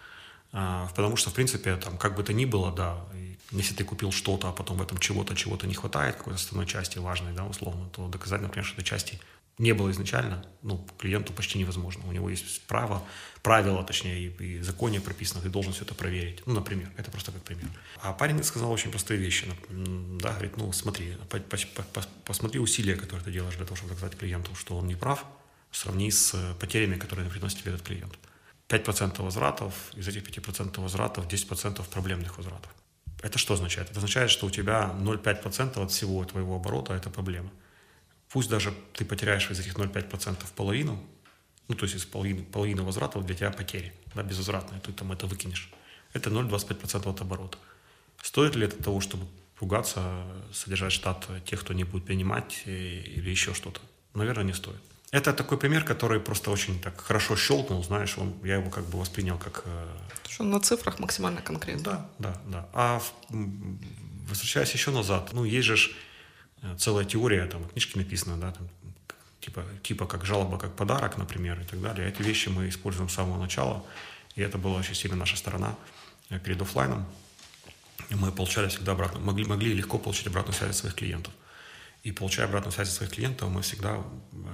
Speaker 4: Потому что, в принципе, там, как бы то ни было, да, если ты купил что-то, а потом в этом чего-то не хватает, какой-то основной части важной, да, условно, то доказать, например, что этой части не было изначально, клиенту почти невозможно. У него есть правила, точнее, и законе прописано, ты должен все это проверить. Например, это просто как пример. А парень сказал очень простые вещи. Да, говорит, смотри, посмотри усилия, которые ты делаешь для того, чтобы доказать клиенту, что он не прав, сравни с потерями, которые приносит тебе этот клиент. 5% возвратов, из этих 5% возвратов 10% проблемных возвратов. Это что означает? Это означает, что у тебя 0,5% от всего твоего оборота – это проблема. Пусть даже ты потеряешь из этих 0,5% половину, то есть из половины возвратов для тебя потери, да, безвозвратные, ты там это выкинешь. Это 0,25% от оборота. Стоит ли это того, чтобы ругаться, содержать штат тех, кто не будет принимать или еще что-то? Наверное, не стоит. Это такой пример, который просто очень так хорошо щелкнул, знаешь, я его как бы воспринял как...
Speaker 3: Что он на цифрах максимально конкретно.
Speaker 4: Да. А возвращаясь еще назад, есть же целая теория, там в книжке написано, да, там, типа как жалоба, как подарок, например, и так далее. Эти вещи мы используем с самого начала, и это была очень сильно наша сторона перед офлайном. И мы получали всегда могли легко получить обратную связь от своих клиентов. И получая обратную связь от своих клиентов, мы всегда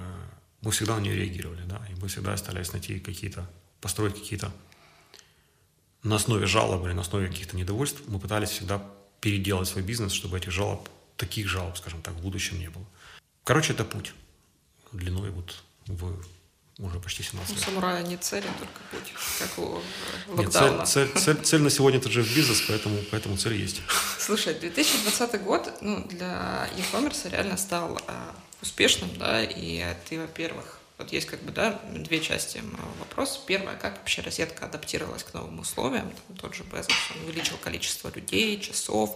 Speaker 4: на нее реагировали, да, и мы всегда старались построить какие-то на основе жалоб или на основе каких-то недовольств, мы пытались всегда переделать свой бизнес, чтобы этих таких жалоб, скажем так, в будущем не было. Короче, это путь длиной в уже почти 17 лет.
Speaker 3: У самурая не цели, только путь, как у локдауна.
Speaker 4: Цель на сегодня это Джефф Безос, поэтому цель есть.
Speaker 3: Слушай, 2020 год для e-commerce реально стал успешным, да, и ты, во-первых, вот есть две части вопроса. Первое, как вообще розетка адаптировалась к новым условиям. Тот же Безос, он увеличил количество людей, часов.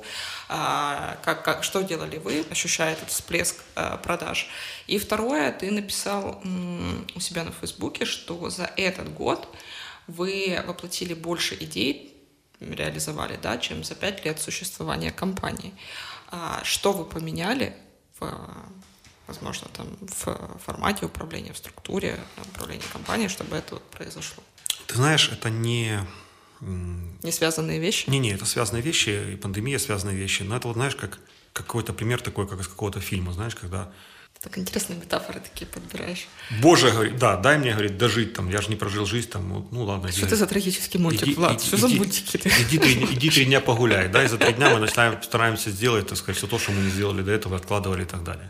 Speaker 3: Что делали вы, ощущая этот всплеск продаж? И второе, ты написал у себя на Фейсбуке, что за этот год вы воплотили больше идей, реализовали, да, чем за 5 лет существования компании. Что вы поменяли возможно, в формате управления, в структуре управления компанией, чтобы это произошло?
Speaker 4: Ты знаешь, это не
Speaker 3: связанные вещи?
Speaker 4: Не, это связанные вещи, и пандемия связанные вещи. Но это знаешь, как какой-то пример такой, как из какого-то фильма, знаешь, когда...
Speaker 3: Так интересные метафоры такие подбираешь.
Speaker 4: Боже, говорит, дай мне, говорит, дожить, я же не прожил жизнь, ладно.
Speaker 3: Что ты за трагический мультик, Влад? Что за мультики-то?
Speaker 4: Иди 3 дня погуляй, да, и за 3 дня мы стараемся сделать, так сказать, все то, что мы не сделали до этого, откладывали и так далее.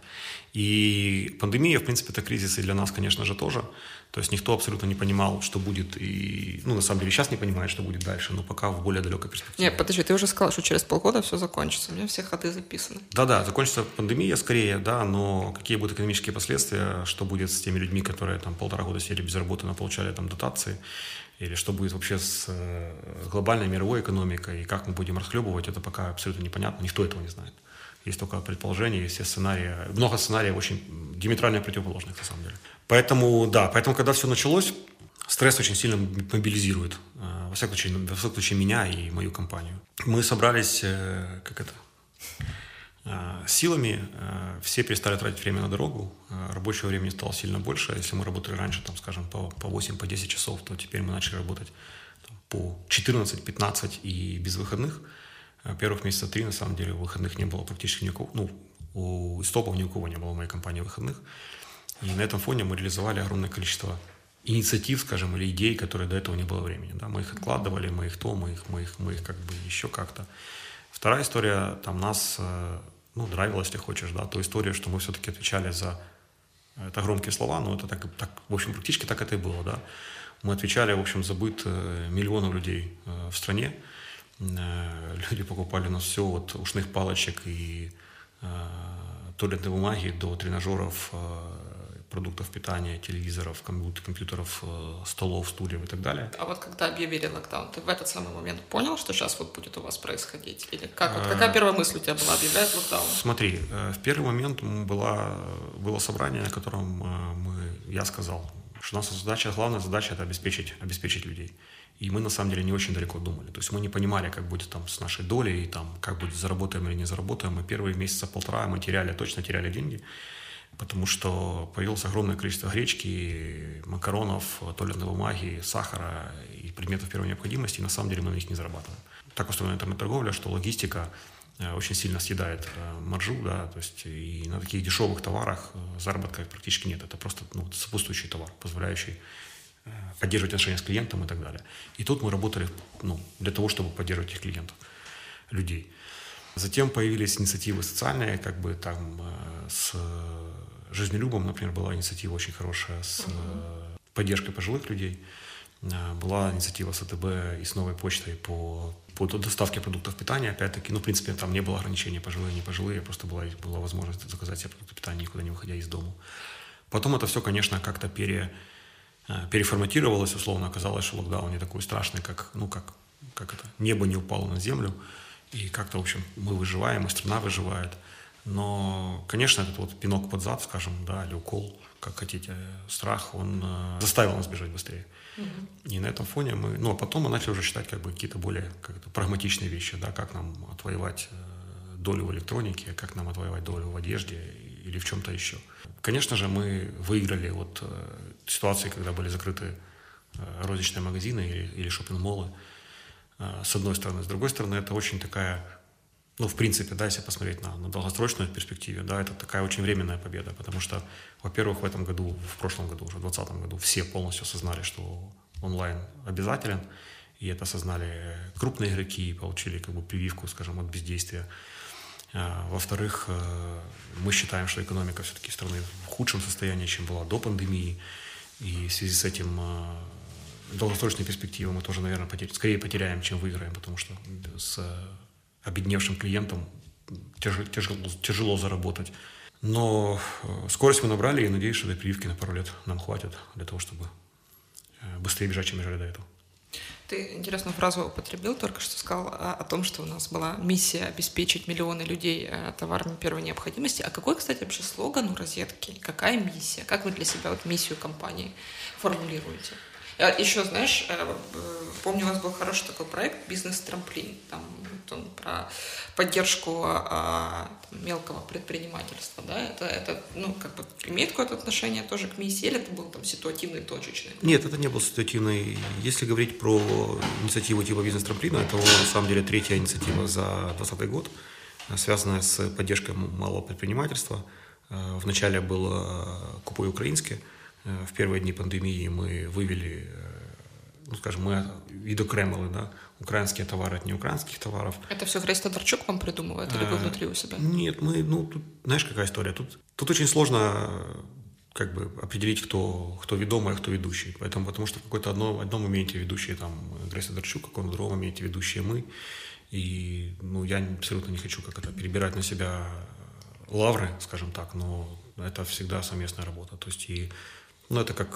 Speaker 4: И пандемия, в принципе, это кризис и для нас, конечно же, тоже. То есть никто абсолютно не понимал, что будет, и, на самом деле, сейчас не понимает, что будет дальше, но пока в более далекой перспективе.
Speaker 3: Нет, подожди, ты уже сказал, что через полгода все закончится, у меня все ходы записаны.
Speaker 4: Да, закончится пандемия скорее, да, но какие будут экономические последствия, что будет с теми людьми, которые 1,5 года сидели без работы, но получали дотации, или что будет вообще с глобальной мировой экономикой, и как мы будем расхлебывать, это пока абсолютно непонятно, никто этого не знает. Есть только предположения, есть все сценарии, много сценариев очень диаметрально противоположных, на самом деле. Поэтому, когда все началось, стресс очень сильно мобилизирует, во всяком случае, меня и мою компанию. Мы собрались, силами, все перестали тратить время на дорогу, рабочего времени стало сильно больше. Если мы работали раньше, по 8-10 часов, то теперь мы начали работать по 14-15 и без выходных. Первых месяца 3, на самом деле, выходных не было практически ни у кого. У истопов ни у кого не было в моей компании выходных. И на этом фоне мы реализовали огромное количество инициатив, скажем, или идей, которые до этого не было времени. Да? Мы их откладывали, мы их как бы еще как-то. Вторая история, нас нравилась, если хочешь, да, то история, что мы все-таки отвечали за... Это громкие слова, но это так, в общем, практически так это и было, да. Мы отвечали, в общем, за быт миллионов людей в стране. Люди покупали у нас все от ушных палочек и туалетной бумаги до тренажеров, продуктов питания, телевизоров, компьютеров, столов, стульев и так далее.
Speaker 3: А вот когда объявили локдаун, ты в этот самый момент понял, что сейчас будет у вас происходить? Или какая первая мысль у тебя была, объявляют локдаун?
Speaker 4: Смотри, в первый момент было собрание, на котором я сказал, что наша главная задача – это обеспечить людей. И мы, на самом деле, не очень далеко думали. То есть мы не понимали, как будет с нашей долей, как будет, заработаем или не заработаем. И первые месяца 1,5 мы точно теряли деньги, потому что появилось огромное количество гречки, макаронов, туалетной бумаги, сахара и предметов первой необходимости, и на самом деле мы на них не зарабатываем. Так устроена интернет-торговля, что логистика очень сильно съедает маржу, да, то есть и на таких дешевых товарах заработка практически нет. Это просто сопутствующий товар, позволяющий поддерживать отношения с клиентом и так далее. И тут мы работали для того, чтобы поддерживать их клиентов, людей. Затем появились инициативы социальные, с «Жизнелюбом», например, была инициатива очень хорошая с поддержкой пожилых людей. Была инициатива с АТБ и с Новой почтой по доставке продуктов питания. Опять-таки, в принципе, там не было ограничения пожилые, не пожилые, просто была возможность заказать себе продукты питания, никуда не выходя из дома. Потом это все, конечно, как-то переформатировалось, условно, оказалось, что локдаун не такой страшный, как небо не упало на землю, и как-то, в общем, мы выживаем, и страна выживает. Но, конечно, этот пинок под зад, скажем, да, или укол, как хотите, страх, он заставил нас бежать быстрее. И на этом фоне а потом мы начали уже считать какие-то более прагматичные вещи, да, как нам отвоевать долю в электронике, как нам отвоевать долю в одежде или в чем-то еще. Конечно же, мы выиграли ситуации, когда были закрыты розничные магазины или шоппинг-моллы, с одной стороны. С другой стороны, это очень такая, в принципе, да, если посмотреть на долгосрочную перспективу, да, это такая очень временная победа, потому что, во-первых, в прошлом году, уже в 2020 году, все полностью осознали, что онлайн обязателен, и это осознали крупные игроки, получили прививку, скажем, от бездействия. Во-вторых, мы считаем, что экономика все-таки страны в худшем состоянии, чем была до пандемии, и в связи с этим долгосрочные перспективы мы тоже, наверное, скорее потеряем, чем выиграем, потому что с обедневшим клиентом тяжело заработать. Но скорость мы набрали, и надеюсь, что этой прививки на пару лет нам хватит для того, чтобы быстрее бежать, чем бежали до этого.
Speaker 3: Ты интересную фразу употребил, только что сказал о том, что у нас была миссия обеспечить миллионы людей товарами первой необходимости. А какой, кстати, вообще слоган у «Розетки»? Какая миссия? Как вы для себя миссию компании формулируете? Еще, знаешь, помню, у вас был хороший такой проект «Бизнес-трамплин». Там он про поддержку мелкого предпринимательства. Да? Это имеет какое-то отношение тоже к миссии, или это был ситуативный, точечный?
Speaker 4: Нет, это не был ситуативный. Если говорить про инициативу типа «Бизнес-трамплина», это на самом деле третья инициатива за 2020 год, связанная с поддержкой малого предпринимательства. Вначале было «Купуй українське». В первые дни пандемии мы вывели, мы відокремили, да, украинские товары от неукраинских товаров.
Speaker 3: Это все Грейс Тодорчук вам придумывает, или вы внутри у себя?
Speaker 4: Нет, тут, знаешь, какая история? Тут очень сложно определить, кто ведомый, а кто ведущий. Потому что в какой-то одном моменте ведущие Грейс Тодорчук, в каком-то другом моменте ведущие мы. И я абсолютно не хочу перебирать на себя лавры, скажем так, но это всегда совместная работа. То есть это как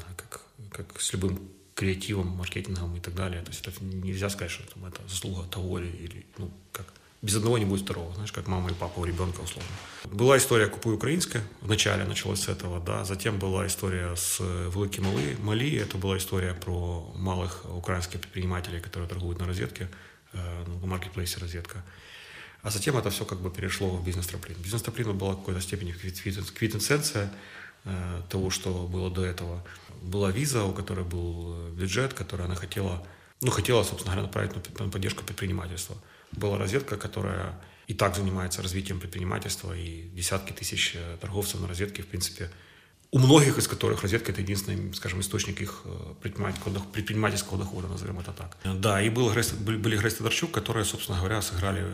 Speaker 4: с любым креативом, маркетингом и так далее. То есть это нельзя сказать, что это заслуга того или без одного не будет второго, знаешь, как мама и папа у ребенка условно. Была история «Купуй українське», вначале началось с этого, да, затем была история с «Великі малі», это была история про малых украинских предпринимателей, которые торгуют на розетке, на маркетплейсе «Розетка». А затем это все перешло в «Бизнес-трамплин». «Бизнес-трамплин» была в какой-то степени квинтэссенция того, что было до этого. Была Виза, у которой был бюджет, который она хотела, собственно говоря, направить на поддержку предпринимательства. Была «Розетка», которая и так занимается развитием предпринимательства, и десятки тысяч торговцев на «Розетке», в принципе, у многих из которых «Розетка» — это единственный, скажем, источник их предпринимательского дохода, назовем это так. Да, и были Грейс Тодорчук, которые, собственно говоря, сыграли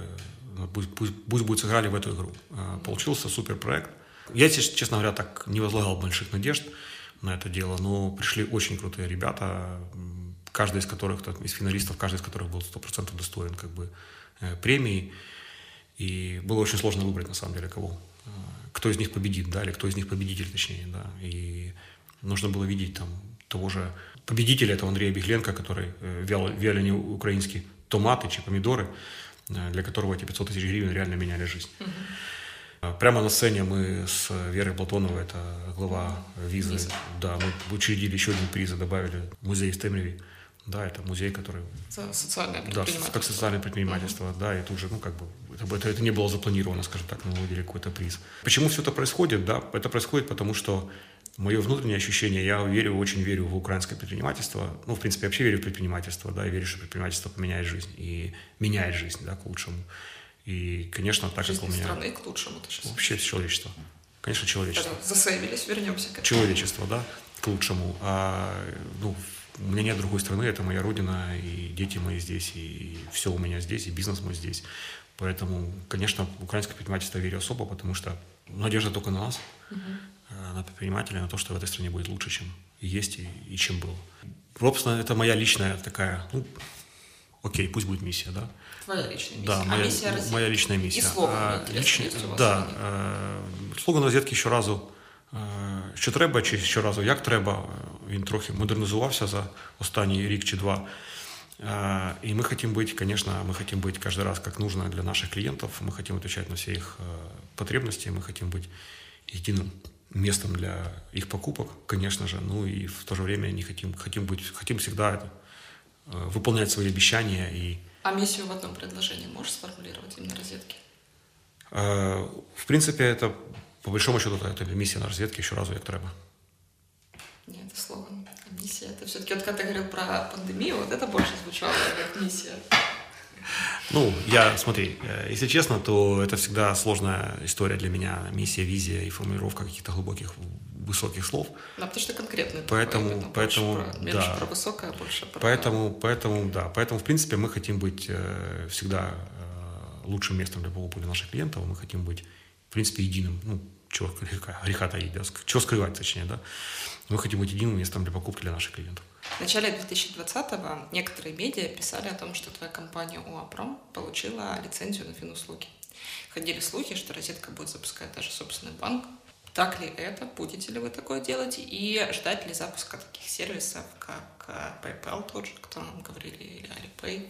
Speaker 4: в эту игру. Получился суперпроект. Я, честно говоря, так не возлагал больших надежд на это дело, но пришли очень крутые ребята, каждый из которых, из финалистов, каждый из которых был 100% достоин премии. И было очень сложно выбрать, на самом деле, кто из них победит, да, или кто из них победитель, точнее, да. И нужно было видеть того же победителя, этого Андрея Бегленко, который вялені украинские томаты, помидоры, для которого эти 500 тысяч гривен реально меняли жизнь. Прямо на сцене мы с Верой Платоновой, это глава Визы, да, мы учредили еще один приз и добавили музей в Темряве. Да, это музей, который...
Speaker 3: Социальное предпринимательство.
Speaker 4: Да, как социальное предпринимательство, да, и тут же, это не было запланировано, скажем так, мы вывели какой-то приз. Почему все это происходит? Да, это происходит потому, что Мое внутреннее ощущение, я очень верю в украинское предпринимательство. Ну, в принципе, я вообще верю в предпринимательство, да, и верю, что предпринимательство поменяет жизнь и меняет жизнь, да, к лучшему. И, конечно, так
Speaker 3: жизнь
Speaker 4: как у меня...
Speaker 3: страны к лучшему. Ты сейчас...
Speaker 4: Вообще человечество. Конечно, человечество.
Speaker 3: Засейвились, вернемся к этому.
Speaker 4: Человечество, да, к лучшему. У меня нет другой страны, это моя родина, и дети мои здесь, и все у меня здесь, и бизнес мой здесь. Поэтому, конечно, в украинское предпринимательство я верю особо, потому что надежда только на нас, на предпринимателей, на то, что в этой стране будет лучше, чем есть и чем было. Собственно, это моя личная такая, окей, пусть будет миссия, да.
Speaker 3: Твоя личная миссия.
Speaker 4: Да, моя личная миссия.
Speaker 3: И слоган.
Speaker 4: Слоган розвідки щоразу, що треба, чи щоразу як треба, він трохи модернізувався за останній рік чи два. И мы хотим быть, конечно, каждый раз как нужно для наших клиентов, мы хотим отвечать на все их потребности, мы хотим быть единым местом для их покупок, конечно же, и в то же время хотим всегда выполнять свои обещания.
Speaker 3: А миссию в одном предложении можешь сформулировать именно разведки?
Speaker 4: В принципе, это, по большому счету, это миссия на разведке щоразу як треба.
Speaker 3: Нет, это слоган. А миссия, это все-таки, вот когда ты говорил про пандемию, вот это больше звучало как миссия.
Speaker 4: Смотри, если честно, то это всегда сложная история для меня, миссия, визия и формулировка каких-то глубоких, высоких слов.
Speaker 3: Да, потому что конкретно.
Speaker 4: Поэтому,
Speaker 3: меньше про высокое, больше про...
Speaker 4: Поэтому, в принципе, мы хотим быть всегда лучшим местом для покупки для наших клиентов, мы хотим быть, в принципе, единым, чего греха таить, да, чего скрывать, точнее, да. Мы хотим быть единым местом для покупки для наших клиентов.
Speaker 3: В начале 2020-го некоторые медиа писали о том, что твоя компания УАПРОМ получила лицензию на финуслуги. Ходили слухи, что розетка будет запускать даже собственный банк. Так ли это? Будете ли вы такое делать? И ждать ли запуска таких сервисов, как PayPal тот же, кто нам говорили, или Alipay?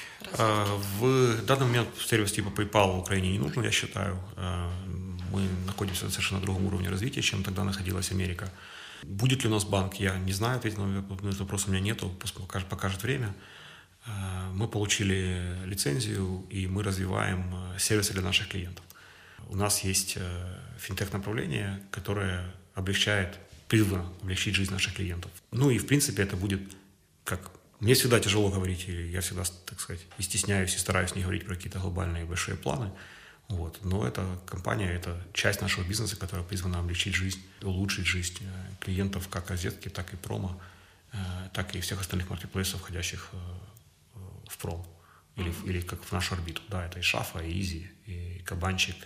Speaker 4: В данный момент сервис типа PayPal в Украине не нужен, я считаю. Мы находимся на совершенно другом уровне развития, чем тогда находилась Америка. Будет ли у нас банк, я не знаю, ответить на этот вопрос у меня нету, пусть покажет время. Мы получили лицензию, и мы развиваем сервисы для наших клиентов. У нас есть финтех-направление, которое призвано облегчить жизнь наших клиентов. И, в принципе, это будет как... Мне всегда тяжело говорить, и я всегда, так сказать, и стесняюсь, и стараюсь не говорить про какие-то глобальные большие планы. Но эта компания, это часть нашего бизнеса, которая призвана облегчить жизнь, улучшить жизнь клиентов как розетки, так и промо, так и всех остальных маркетплейсов, входящих в пром или как в нашу орбиту. Да, это и Шафа, и Изи, и Кабанчик,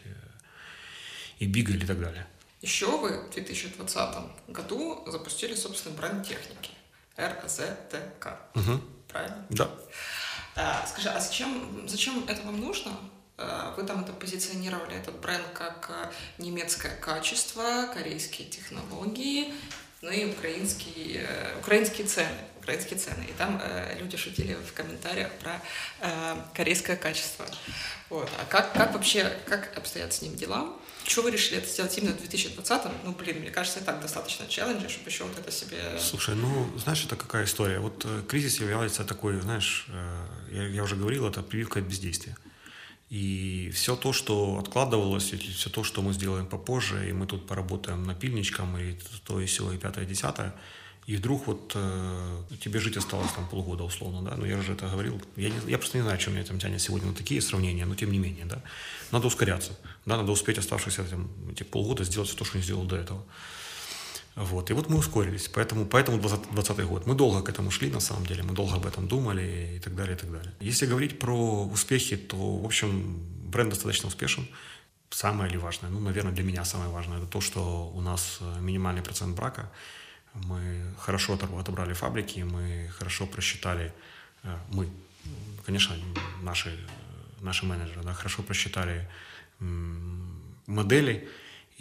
Speaker 4: и Бигль и так далее.
Speaker 3: Еще вы в 2020 году запустили собственный бренд техники РЗТК. Правильно?
Speaker 4: Да.
Speaker 3: Скажи, а зачем это вам нужно? Вы там это позиционировали, этот бренд, как немецкое качество, корейские технологии, и украинские цены. И там люди шутили в комментариях про корейское качество. А как обстоят с ним дела? Чего вы решили это сделать именно в 2020-м? Мне кажется, и так достаточно челленджей, чтобы еще вот это себе...
Speaker 4: Слушай, знаешь, это какая история? Кризис является такой, знаешь, я уже говорил, это прививка от бездействия. И все то, что откладывалось, и все то, что мы сделаем попозже, и мы тут поработаем напильничком, и то, и сё, и пятое, и десятое, и вдруг тебе жить осталось там полгода условно, да, я уже это говорил, я просто не знаю, чем меня там тянет сегодня на такие сравнения, но тем не менее, да, надо ускоряться, да, надо успеть оставшиеся эти полгода сделать все то, что не сделал до этого. И мы ускорились, поэтому 2020 год. Мы долго к этому шли, на самом деле, мы долго об этом думали и так далее, и так далее. Если говорить про успехи, то, в общем, бренд достаточно успешен. Самое ли важное, наверное, для меня самое важное, это то, что у нас минимальный процент брака. Мы хорошо отобрали фабрики, мы хорошо просчитали, конечно, наши менеджеры, да, хорошо просчитали модели,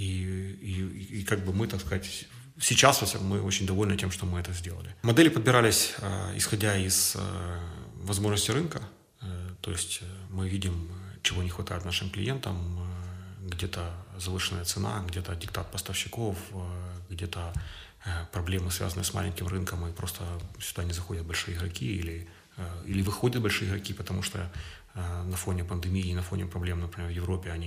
Speaker 4: и мы, так сказать, сейчас мы очень довольны тем, что мы это сделали. Модели подбирались, исходя из возможностей рынка, то есть мы видим, чего не хватает нашим клиентам, где-то завышенная цена, где-то диктат поставщиков, где-то проблемы, связанные с маленьким рынком, и просто сюда не заходят большие игроки или выходят большие игроки, потому что на фоне пандемии, на фоне проблем, например, в Европе они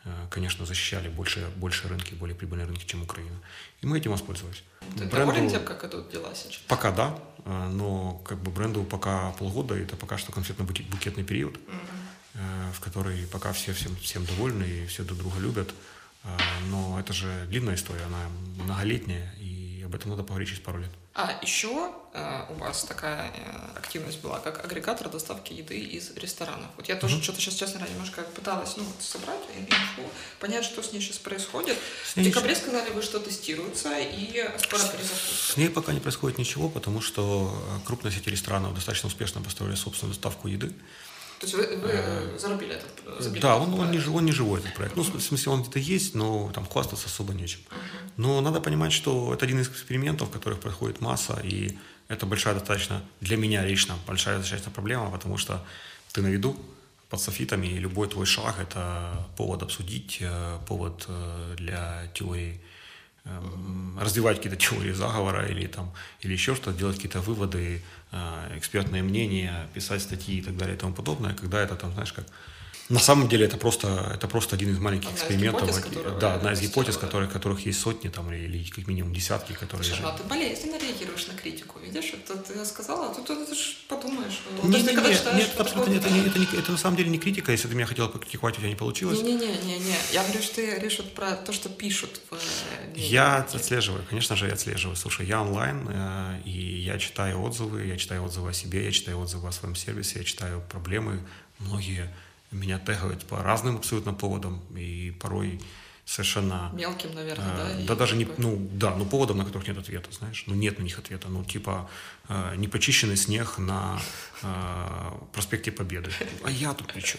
Speaker 4: конечно, защищали больше рынки, более прибыльные рынки, чем Украина. И мы этим воспользовались.
Speaker 3: Ты доволен тем, как идут дела сейчас?
Speaker 4: Пока да, но как бы бренду пока полгода, это пока что конфетно-букетный период, в который пока все всем довольны и все друг друга любят. Но это же длинная история, она многолетняя, и об этом надо поговорить через пару лет.
Speaker 3: А еще у вас такая активность была, как агрегатор доставки еды из ресторанов. Вот я тоже что-то сейчас, честно говоря, немножко пыталась собрать инфу, понять, что с ней сейчас происходит. В декабре сказали вы, что тестируется, и скоро перезапустится.
Speaker 4: С ней пока не происходит ничего, потому что крупные сети ресторанов достаточно успешно построили собственную доставку еды.
Speaker 3: То есть вы зарубили этот?
Speaker 4: Да, он не живой, этот проект. Ну, в смысле, он где-то есть, но там хвастаться особо нечем. Но надо понимать, что это один из экспериментов, в которых происходит масса, и это большая достаточно, для меня лично, большая достаточно проблема, потому что ты на виду под софитами, и любой твой шаг – это повод обсудить, повод для теории, развивать какие-то теории заговора или еще что-то, делать какие-то выводы, экспертные мнения, писать статьи и так далее и тому подобное, когда это там, знаешь, как... На самом деле это просто один из маленьких экспериментов. Одна из гипотез, которых есть сотни там, или как минимум десятки, которые...
Speaker 3: Слушай, а ты болезненно реагируешь на критику, видишь? Это ты сказала, а тут ты же подумаешь.
Speaker 4: Нет, абсолютно нет, это на самом деле не критика. Если ты меня хотела покритиковать, у тебя не получилось.
Speaker 3: Не. Я говорю, что ты говоришь про то, что пишут в...
Speaker 4: Я отслеживаю, конечно же, я отслеживаю. Слушай, я онлайн, и я читаю отзывы о себе, я читаю отзывы о своем сервисе, я читаю проблемы. Многие меня тегают по разным абсолютно поводам, и порой совершенно...
Speaker 3: Мелким, наверное,
Speaker 4: да? Даже не... поводам, на которых нет ответа, знаешь. Нет на них ответа. Непочищенный снег на проспекте Победы. А я тут при чем?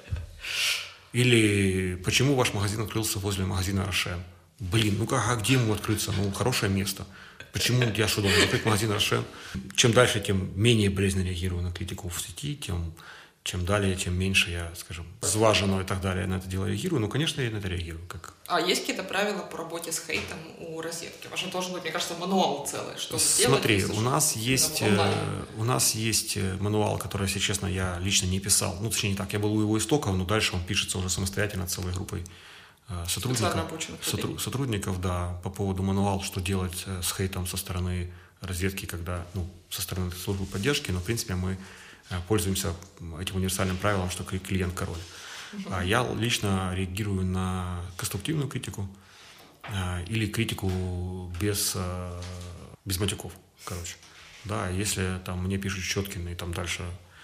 Speaker 4: Или почему ваш магазин открылся возле магазина Рошен? Блин, а где ему открыться? Хорошее место. Почему я что должен открыть магазин Рошен? Чем дальше, тем менее болезненно реагирую на критику в сети, чем далее, тем меньше я, скажем, зважено и так далее на это дело реагирую. Конечно, я на это реагирую.
Speaker 3: А есть какие-то правила по работе с хейтом у розетки? У вас же должен быть, мне кажется, мануал целый, что
Speaker 4: Смотри,
Speaker 3: делать,
Speaker 4: у нас есть мануал, который, если честно, я лично не писал. Точнее, не так, я был у его истоков, но дальше он пишется уже самостоятельно целой группой сотрудников, да, по поводу мануала, что делать с хейтом со стороны розетки, когда, со стороны службы поддержки, но, в принципе, мы пользуемся этим универсальным правилом, что клиент король. А я лично реагирую на конструктивную критику или критику без матюков, короче. Да, если там мне пишут Щеткин и там дальше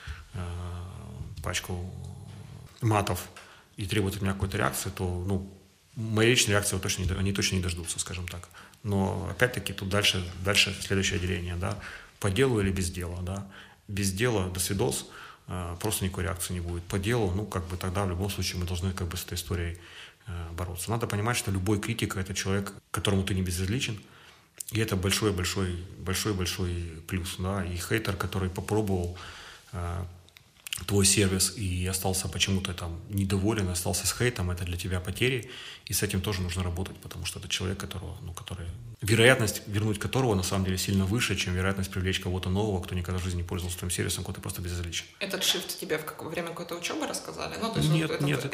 Speaker 4: пачку матов и требуют от меня какой-то реакции, то, моей личной реакции они точно не дождутся, скажем так. Но, опять-таки, тут дальше следующее деление, да, по делу или без дела, да. Без дела, до свидос, просто никакой реакции не будет. По делу, тогда в любом случае мы должны с этой историей бороться. Надо понимать, что любой критик – это человек, которому ты не безразличен, и это большой-большой плюс, да, и хейтер, который попробовал твой сервис и остался почему-то там недоволен, остался с хейтом, это для тебя потери, и с этим тоже нужно работать, потому что это человек, который вероятность вернуть которого на самом деле сильно выше, чем вероятность привлечь кого-то нового, кто никогда в жизни не пользовался твоим сервисом, кто-то просто безразличен.
Speaker 3: Этот шифт тебе во время какой-то учебы рассказали?
Speaker 4: Нет,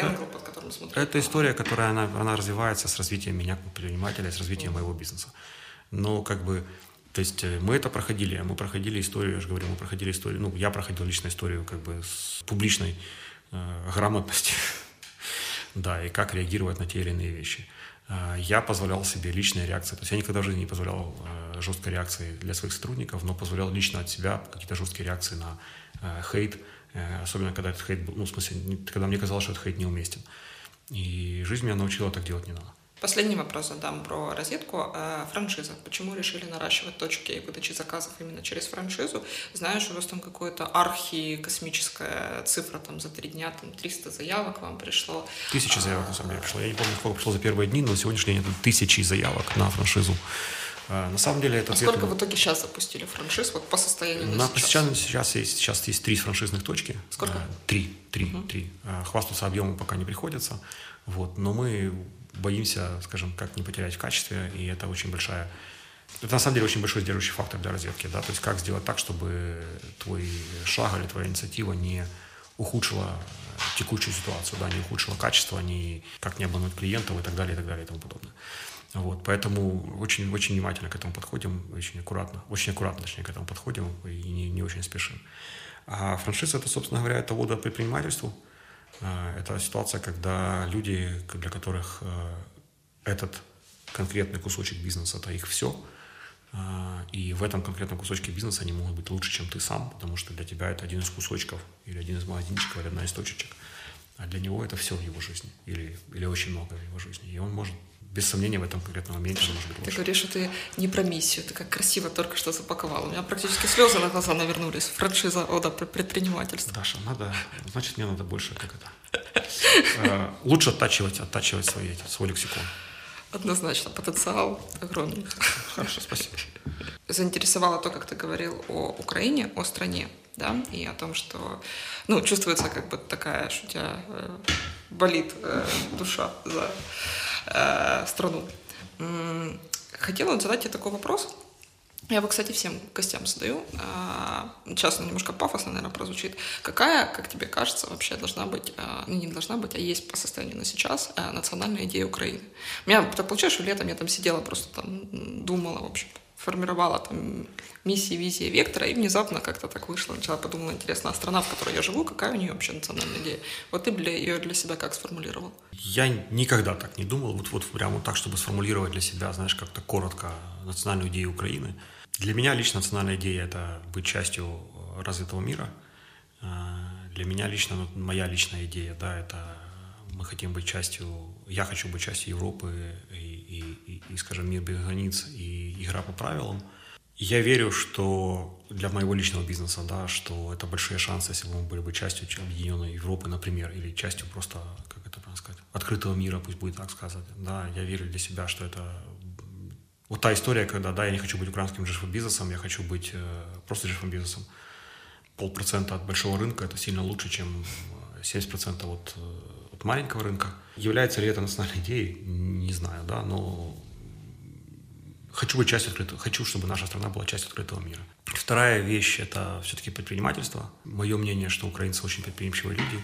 Speaker 4: это история, которая она развивается с развитием меня как предпринимателя, с развитием моего бизнеса. Но то есть мы это проходили, мы проходили историю, я же говорю, я проходил лично историю с публичной грамотности, да, и как реагировать на те или иные вещи. Я позволял себе личные реакции, то есть я никогда в жизни не позволял жесткой реакции для своих сотрудников, но позволял лично от себя какие-то жесткие реакции на хейт, особенно когда этот хейт был, когда мне казалось, что этот хейт неуместен. И жизнь меня научила, так делать не надо.
Speaker 3: Последний вопрос задам про розетку. Франшиза. Почему решили наращивать точки выдачи заказов именно через франшизу? Знаешь, у вас там какая-то архикосмическая цифра за 3 дня, 300 заявок вам пришло.
Speaker 4: 1000 заявок, на самом деле, пришло. Я не помню, сколько пришло за первые дни, но на сегодняшний день это 1000 заявок на франшизу. На самом деле это...
Speaker 3: сколько в итоге сейчас запустили франшиз по состоянию на сейчас?
Speaker 4: Сейчас есть 3 франшизных точки.
Speaker 3: Сколько?
Speaker 4: 3. Хвастаться объемом пока не приходится. Но мы боимся, скажем, как не потерять в качестве, и это на самом деле очень большой сдерживающий фактор для розетки, да, то есть как сделать так, чтобы твой шаг или твоя инициатива не ухудшило текущую ситуацию, да, не ухудшило качество, как не обмануть клиентов и так далее, и тому подобное. Вот, поэтому очень, очень внимательно к этому подходим, очень аккуратно, точнее, к этому подходим и не очень спешим. А франшиза – это, собственно говоря, это ввода предпринимательству. Это ситуация, когда люди, для которых этот конкретный кусочек бизнеса – это их все, и в этом конкретном кусочке бизнеса они могут быть лучше, чем ты сам, потому что для тебя это один из кусочков, или один из магазинчиков, или одна из точечек, а для него это все в его жизни, или очень много в его жизни, и он может, без сомнения, в этом конкретном моменте может быть лучше.
Speaker 3: Ты говоришь, что ты не про миссию, ты как красиво только что запаковала. У меня практически слезы на глаза навернулись. Франшиза «Ода предпринимательства».
Speaker 4: Даша, значит, мне надо больше, лучше оттачивать свой лексикон.
Speaker 3: Однозначно, потенциал огромный.
Speaker 4: Хорошо, спасибо.
Speaker 3: Заинтересовало то, как ты говорил о Украине, о стране, да, и о том, что, чувствуется как бы такая, что у тебя болит душа за страну. Хотела задать тебе такой вопрос. Я его, кстати, всем гостям задаю. Сейчас немножко пафосно, наверное, прозвучит. Какая, как тебе кажется, вообще должна быть, не должна быть, а есть по состоянию на сейчас национальная идея Украины? У меня так получилось, что летом я там сидела, просто там думала, в общем, формировала там миссии, визии, вектора, и внезапно как-то так вышло. Начала подумала, интересно, а страна, в которой я живу, какая у нее вообще национальная идея? Вот ты ее для себя как сформулировал?
Speaker 4: Я никогда так не думал, вот прямо так, чтобы сформулировать для себя, знаешь, как-то коротко национальную идею Украины. Для меня лично национальная идея – это быть частью развитого мира. Для меня лично, моя личная идея, да, это мы хотим быть частью, я хочу быть частью Европы и, скажем, мир без границ и игра по правилам. Я верю, что для моего личного бизнеса, да, что это большие шансы, если бы мы были бы частью объединенной Европы, например, или частью просто, как это правильно сказать, открытого мира, пусть будет так сказать. Да, я верю для себя, что это вот та история, когда, да, я не хочу быть украинским джиффом-бизнесом, я хочу быть просто джиффом-бизнесом. 0,5% от большого рынка – это сильно лучше, чем 70% от маленького рынка. Является ли это национальной идеей? Не знаю, да, но хочу быть частью открытого, хочу, чтобы наша страна была частью открытого мира. Вторая вещь – это все-таки предпринимательство. Мое мнение, что украинцы очень предприимчивые люди,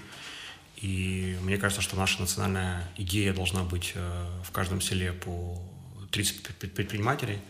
Speaker 4: и мне кажется, что наша национальная идея должна быть в каждом селе по 30 предпринимателей.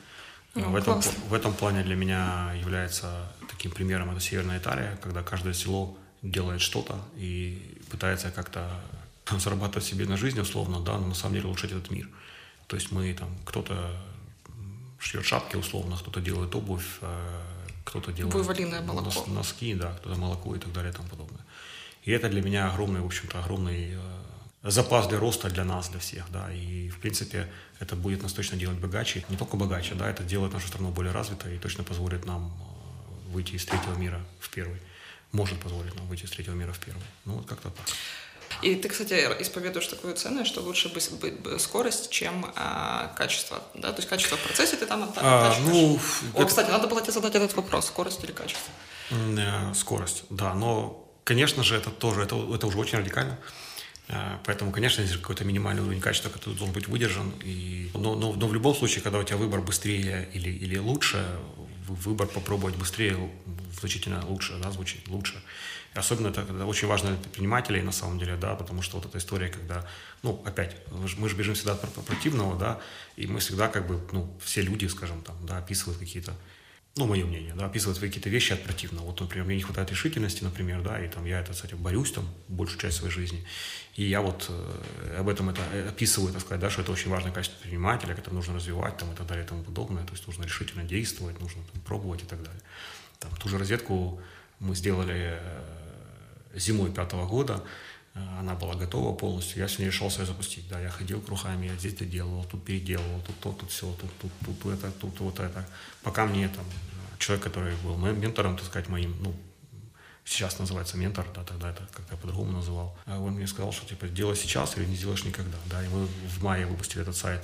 Speaker 4: В этом плане для меня является таким примером это Северная Италия, когда каждое село делает что-то и пытается как-то зарабатывать себе на жизнь условно, да, но на самом деле улучшать этот мир. То есть мы там, кто-то шьет шапки условно, кто-то делает обувь, кто-то делает носки, да, кто-то молоко и так далее и тому подобное. И это для меня огромный, в общем-то, огромный запас для роста для нас, для всех, да, и, в принципе, это будет нас точно делать богаче, не только богаче, да, это делает нашу страну более развитой и точно позволит нам выйти из третьего мира в первый, может позволить нам выйти из третьего мира в первый, вот как-то так.
Speaker 3: И ты, кстати, исповедуешь такую ценность, что лучше быть скорость, чем качество, да, то есть качество в процессе ты там оттачиваешь. Кстати, надо было тебе задать этот вопрос, скорость или качество?
Speaker 4: Скорость, да, но, конечно же, это уже очень радикально. Поэтому, конечно, есть какой-то минимальный уровень качества, который должен быть выдержан. Но в любом случае, когда у тебя выбор быстрее или лучше, выбор попробовать быстрее значительно лучше, да, звучит лучше. И особенно это очень важно для предпринимателей, на самом деле, да, потому что вот эта история, когда, опять, мы же бежим всегда от противного, да, и мы всегда как бы, все люди, скажем, там, да, описывают какие-то, мое мнение, да, описывают какие-то вещи от противного. Вот, например, мне не хватает решительности, например, да, и там я это, кстати, борюсь там большую часть своей жизни. И я вот об этом это описываю, так сказать, да, что это очень важное качество предпринимателя, которое нужно развивать там, и так далее и тому подобное. То есть нужно решительно действовать, нужно там, пробовать и так далее. Там, ту же розетку мы сделали зимой 5-го года, она была готова полностью, я все не решался ее запустить. Да, я ходил кругами, я здесь делал, тут переделывал, тут то, тут все, тут это, тут вот это. Пока мне там человек, который был моим ментором, так сказать, моим, сейчас называется ментор, да, тогда это как-то по-другому называл. Он мне сказал, что типа делай сейчас или не сделаешь никогда. Да, и мы в мае выпустили этот сайт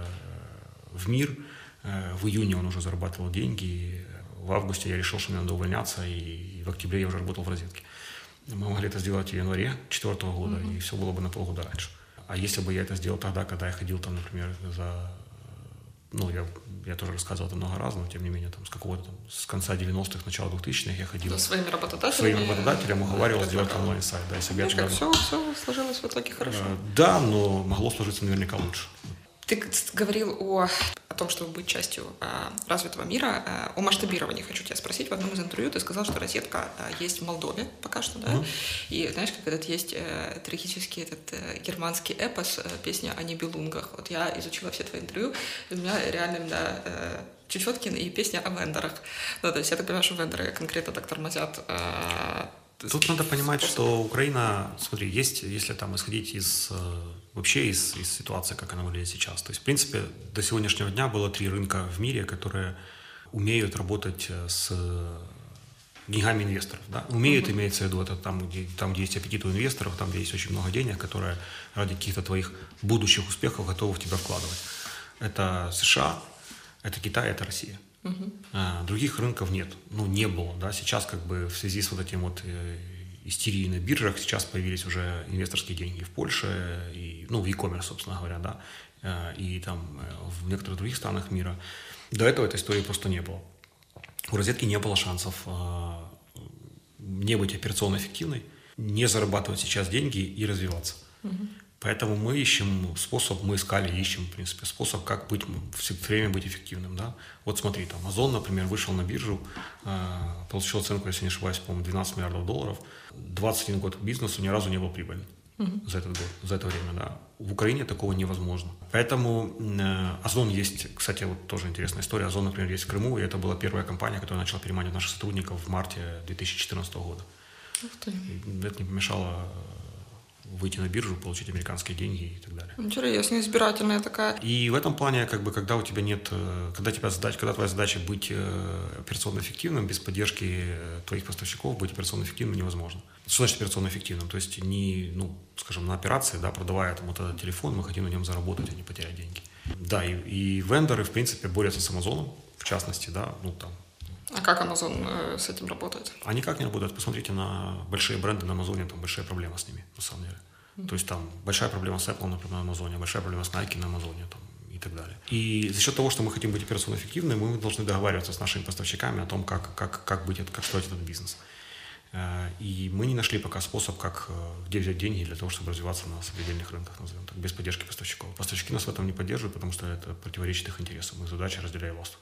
Speaker 4: в мир. В июне он уже зарабатывал деньги. В августе я решил, что мне надо увольняться, и в октябре я уже работал в розетке. Мы могли это сделать в январе 2004 года, и все было бы на полгода раньше. А если бы я это сделал тогда, когда я ходил там, например, ну, я тоже рассказывал это много раз, но тем не менее, там, с конца 90-х, начала 2000-х я ходил
Speaker 3: своими
Speaker 4: работодателям уговаривал сделать онлайн-сайт. Да,
Speaker 3: видишь, как все сложилось в итоге хорошо.
Speaker 4: Да, но могло сложиться наверняка лучше.
Speaker 3: Ты говорил о том, чтобы быть частью развитого мира, о масштабировании. Хочу тебя спросить. В одном из интервью ты сказал, что розетка есть в Молдове пока что, да? И знаешь, как этот есть трагический германский эпос, песня о Нибелунгах. Вот я изучила все твои интервью, и у меня реально Чечеткин и песня о вендорах. Ну, то есть я так понимаю, что вендоры конкретно так тормозят.
Speaker 4: Тут надо понимать, что Украина, смотри, если там исходить вообще из ситуации, как она выглядит сейчас. То есть, в принципе, до сегодняшнего дня было 3 рынка в мире, которые умеют работать с деньгами инвесторов. Да? Умеют, имеется в виду, это там, где есть аппетит у инвесторов, там, где есть очень много денег, которые ради каких-то твоих будущих успехов готовы в тебя вкладывать. Это США, это Китай, это Россия. Других рынков нет, не было, да, сейчас как бы в связи с вот этим вот истерией на биржах сейчас появились уже инвесторские деньги в Польше, и, в e-commerce, собственно говоря, да, и там в некоторых других странах мира. До этого этой истории просто не было. У розетки не было шансов не быть операционно эффективной, не зарабатывать сейчас деньги и развиваться. Поэтому мы ищем ищем, в принципе, способ, как все время быть эффективным, да. Вот смотри, там, Озон, например, вышел на биржу, получил оценку, если не ошибаюсь, по-моему, $12 миллиардов, 21 год к бизнесу, ни разу не был прибыльным за этот год, за это время, да. В Украине такого невозможно. Поэтому Озон есть, кстати, вот тоже интересная история, Озон, например, есть в Крыму, и это была первая компания, которая начала переманивать наших сотрудников в марте 2014 года. Это не помешало выйти на биржу, получить американские деньги и так далее.
Speaker 3: Интересно, избирательная такая.
Speaker 4: И в этом плане, как бы, когда твоя задача быть операционно эффективным, без поддержки твоих поставщиков быть операционно эффективным невозможно. Что значит операционно эффективным? То есть скажем, на операции, да, продавая там вот этот телефон, мы хотим на нем заработать, а не потерять деньги. Да, и вендоры, в принципе, борются с Амазоном, в частности, да,
Speaker 3: А как Amazon с этим работает?
Speaker 4: А никак не работают. Посмотрите на большие бренды на Амазоне, там большая проблема с ними, на самом деле. То есть там большая проблема с Apple, например, на Амазоне, большая проблема с Nike на Амазоне там, и так далее. И за счет того, что мы хотим быть операционно эффективными, мы должны договариваться с нашими поставщиками о том, как строить этот бизнес. И мы не нашли пока способ, где взять деньги для того, чтобы развиваться на сопредельных рынках, назовем так, без поддержки поставщиков. Поставщики нас в этом не поддерживают, потому что это противоречит их интересам. Их задача разделяя власть.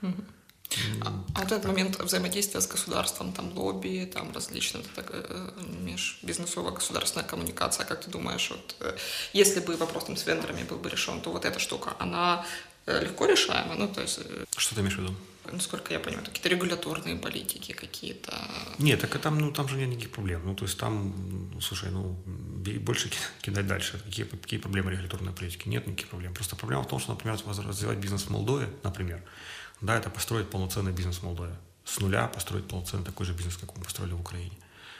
Speaker 3: А вот этот момент взаимодействия с государством, там лобби, там различные межбизнесовая государственная коммуникация, как ты думаешь, если бы вопрос там с вендорами был бы решен, то вот эта штука, она легко решаема? То есть,
Speaker 4: что ты имеешь в виду?
Speaker 3: Насколько я понимаю, какие-то регуляторные политики какие-то.
Speaker 4: Нет, так там же нет никаких проблем. То есть там, слушай, больше кидать дальше. Какие проблемы регуляторной политики? Нет никаких проблем. Просто проблема в том, что, например, развивать бизнес в Молдове, например, да, это построить полноценный бизнес в Молдове. С нуля построить полноценный такой же бизнес, как мы построили в Украине.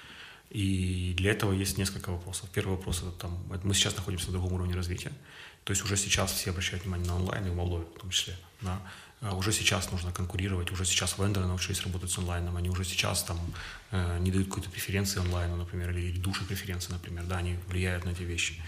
Speaker 4: И для этого есть несколько вопросов. Первый вопрос – это мы сейчас находимся на другом уровне развития. То есть уже сейчас все обращают внимание на онлайн, и в Молдове в том числе. Да. Уже сейчас нужно конкурировать, уже сейчас вендоры научились работать с онлайном, они уже сейчас не дают какой-то преференции онлайну, например, или души преференции, например, да, они влияют на эти вещи.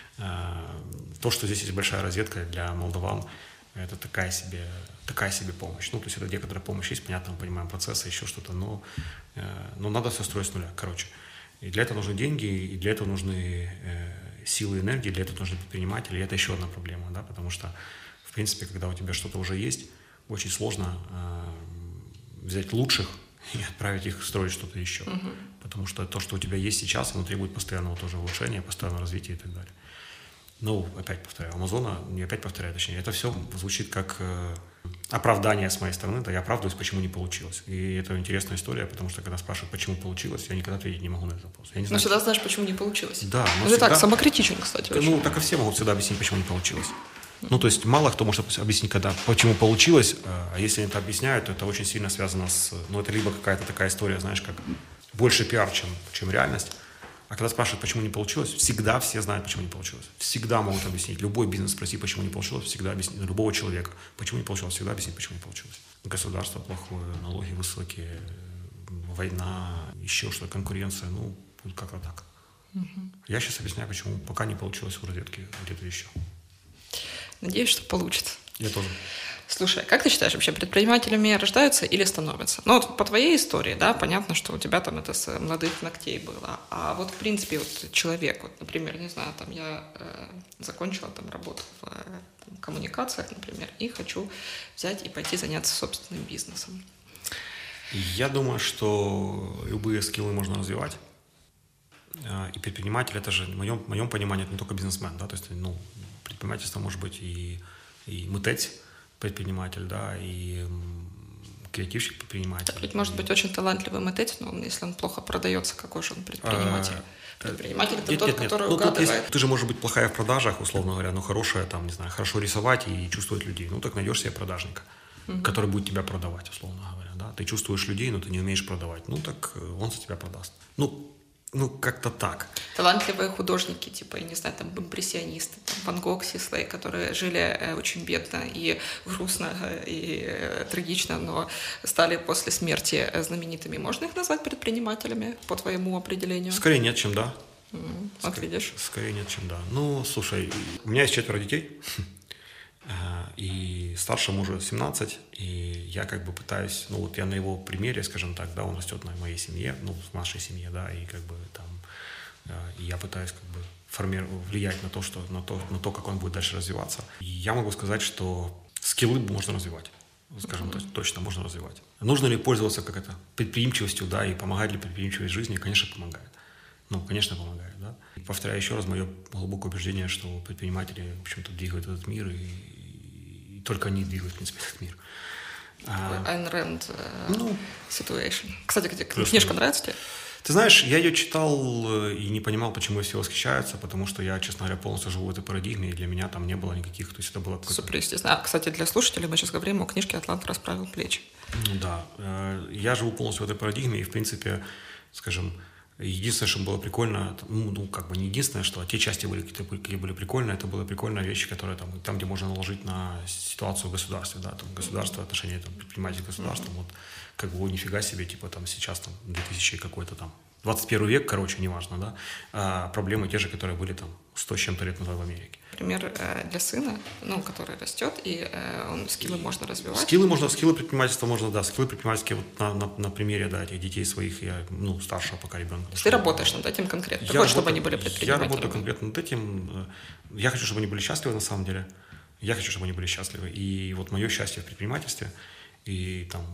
Speaker 4: То, что здесь есть большая розетка для молдаван, это такая себе помощь. То есть это некоторая помощь есть, понятно, мы понимаем процессы, еще что-то, но надо все строить с нуля, короче. И для этого нужны деньги, и для этого нужны силы и энергии, для этого нужны предприниматели, и это еще одна проблема, да, потому что, в принципе, когда у тебя что-то уже есть, очень сложно взять лучших и отправить их строить что-то еще. Потому что то, что у тебя есть сейчас, оно требует постоянного тоже улучшения, постоянного развития и так далее. Опять повторяю, точнее, это все звучит как оправдание с моей стороны, да, я оправдываюсь, почему не получилось. И это интересная история, потому что когда спрашивают, почему получилось, я никогда ответить не могу на этот вопрос. Я не знаю,
Speaker 3: всегда знаешь, почему не получилось.
Speaker 4: Да.
Speaker 3: Ты так самокритичен, кстати.
Speaker 4: Так и все могут всегда объяснить, почему не получилось. То есть мало кто может объяснить, почему получилось, а если они это объясняют, то это очень сильно связано с... это либо какая-то такая история, знаешь, как больше пиар, чем реальность. А когда спрашивают, почему не получилось, всегда все знают, почему не получилось. Всегда могут объяснить. Любой бизнес спроси, почему не получилось, всегда объяснить. Любого человека, почему не получилось, всегда объяснить, почему не получилось. Государство плохое, налоги высокие, война, еще что-то, конкуренция, как-то так. Я сейчас объясняю, почему пока не получилось у розетки где-то еще.
Speaker 3: Надеюсь, что получится.
Speaker 4: Я тоже.
Speaker 3: Слушай, как ты считаешь, вообще предпринимателями рождаются или становятся? Ну, вот по твоей истории, да, понятно, что у тебя там это с молодых ногтей было. А вот, в принципе, вот человек, вот, например, не знаю, там я закончила там работу в коммуникациях, например, и хочу взять и пойти заняться собственным бизнесом.
Speaker 4: Я думаю, что любые скиллы можно развивать. И предприниматель, это же, в моем понимании, это не только бизнесмен, да, то есть, ну, предпринимательство может быть и митець, предприниматель, да, и креативщик предприниматель.
Speaker 3: Так ведь может быть очень талантливый митець, но если он плохо продается, какой же он предприниматель? Предприниматель — это тот, который угадывает.
Speaker 4: Ты же можешь быть плохая в продажах, условно говоря, но хорошая, там, не знаю, хорошо рисовать и чувствовать людей. Ну, так найдешь себе продажника, который будет тебя продавать, условно говоря, да. Ты чувствуешь людей, но ты не умеешь продавать. Ну, так он за тебя продаст. Ну, как-то так.
Speaker 3: Талантливые художники, типа, я не знаю, там, импрессионисты, там, Ван Гог, Сислей, которые жили очень бедно и грустно, и трагично, но стали после смерти знаменитыми. Можно их назвать предпринимателями, по твоему определению?
Speaker 4: Скорее нет, чем да.
Speaker 3: Вот видишь.
Speaker 4: Скорее нет, чем да. Ну, слушай, у меня есть 4 детей, и старшему уже 17, и я как бы пытаюсь, ну вот я на его примере, скажем так, да, он растет на моей семье, ну, в нашей семье, да, и как бы там, и я пытаюсь как бы влиять на то, как он будет дальше развиваться. И я могу сказать, что скиллы можно развивать, скажем так, точно можно развивать. Нужно ли пользоваться предприимчивостью, да, и помогает ли предприимчивость жизни? Конечно, помогает. Ну, конечно, помогает, да. И повторяю еще раз мое глубокое убеждение, что предприниматели, в общем-то, двигают этот мир, и только они двигают, в принципе, этот мир.
Speaker 3: Айн Рэнд situation. Кстати, книжка нравится тебе?
Speaker 4: Ты знаешь, я ее читал и не понимал, почему все восхищаются, потому что я, честно говоря, полностью живу в этой парадигме, и для меня там не было никаких, то есть это было...
Speaker 3: Супер, естественно. Кстати, для слушателей мы сейчас говорим о книжке «Атлант расправил плечи».
Speaker 4: Да, я живу полностью в этой парадигме, и, в принципе, скажем, единственное, что было прикольно, ну, как бы не единственное, что те части были, какие были прикольные, это были прикольные вещи, которые там, где можно наложить на ситуацию в государстве, да, там государство, отношения там, предпринимателей с государством, вот, как бы, нифига себе, типа, там, сейчас, там, 2000 какой-то там, 21 век, короче, неважно, да, а проблемы те же, которые были там 100 с чем-то лет назад в Америке.
Speaker 3: Например, для сына, ну, который растет, и скиллы можно развивать.
Speaker 4: Скиллы предпринимательства можно, да, скиллы предпринимательские вот на примере, да, этих детей своих, старшего пока ребенка.
Speaker 3: Ты работаешь над этим конкретно? Ты хочешь, чтобы они были предпринимателями?
Speaker 4: Я работаю конкретно над этим. Я хочу, чтобы они были счастливы, на самом деле. Я хочу, чтобы они были счастливы. И вот мое счастье в предпринимательстве, и там,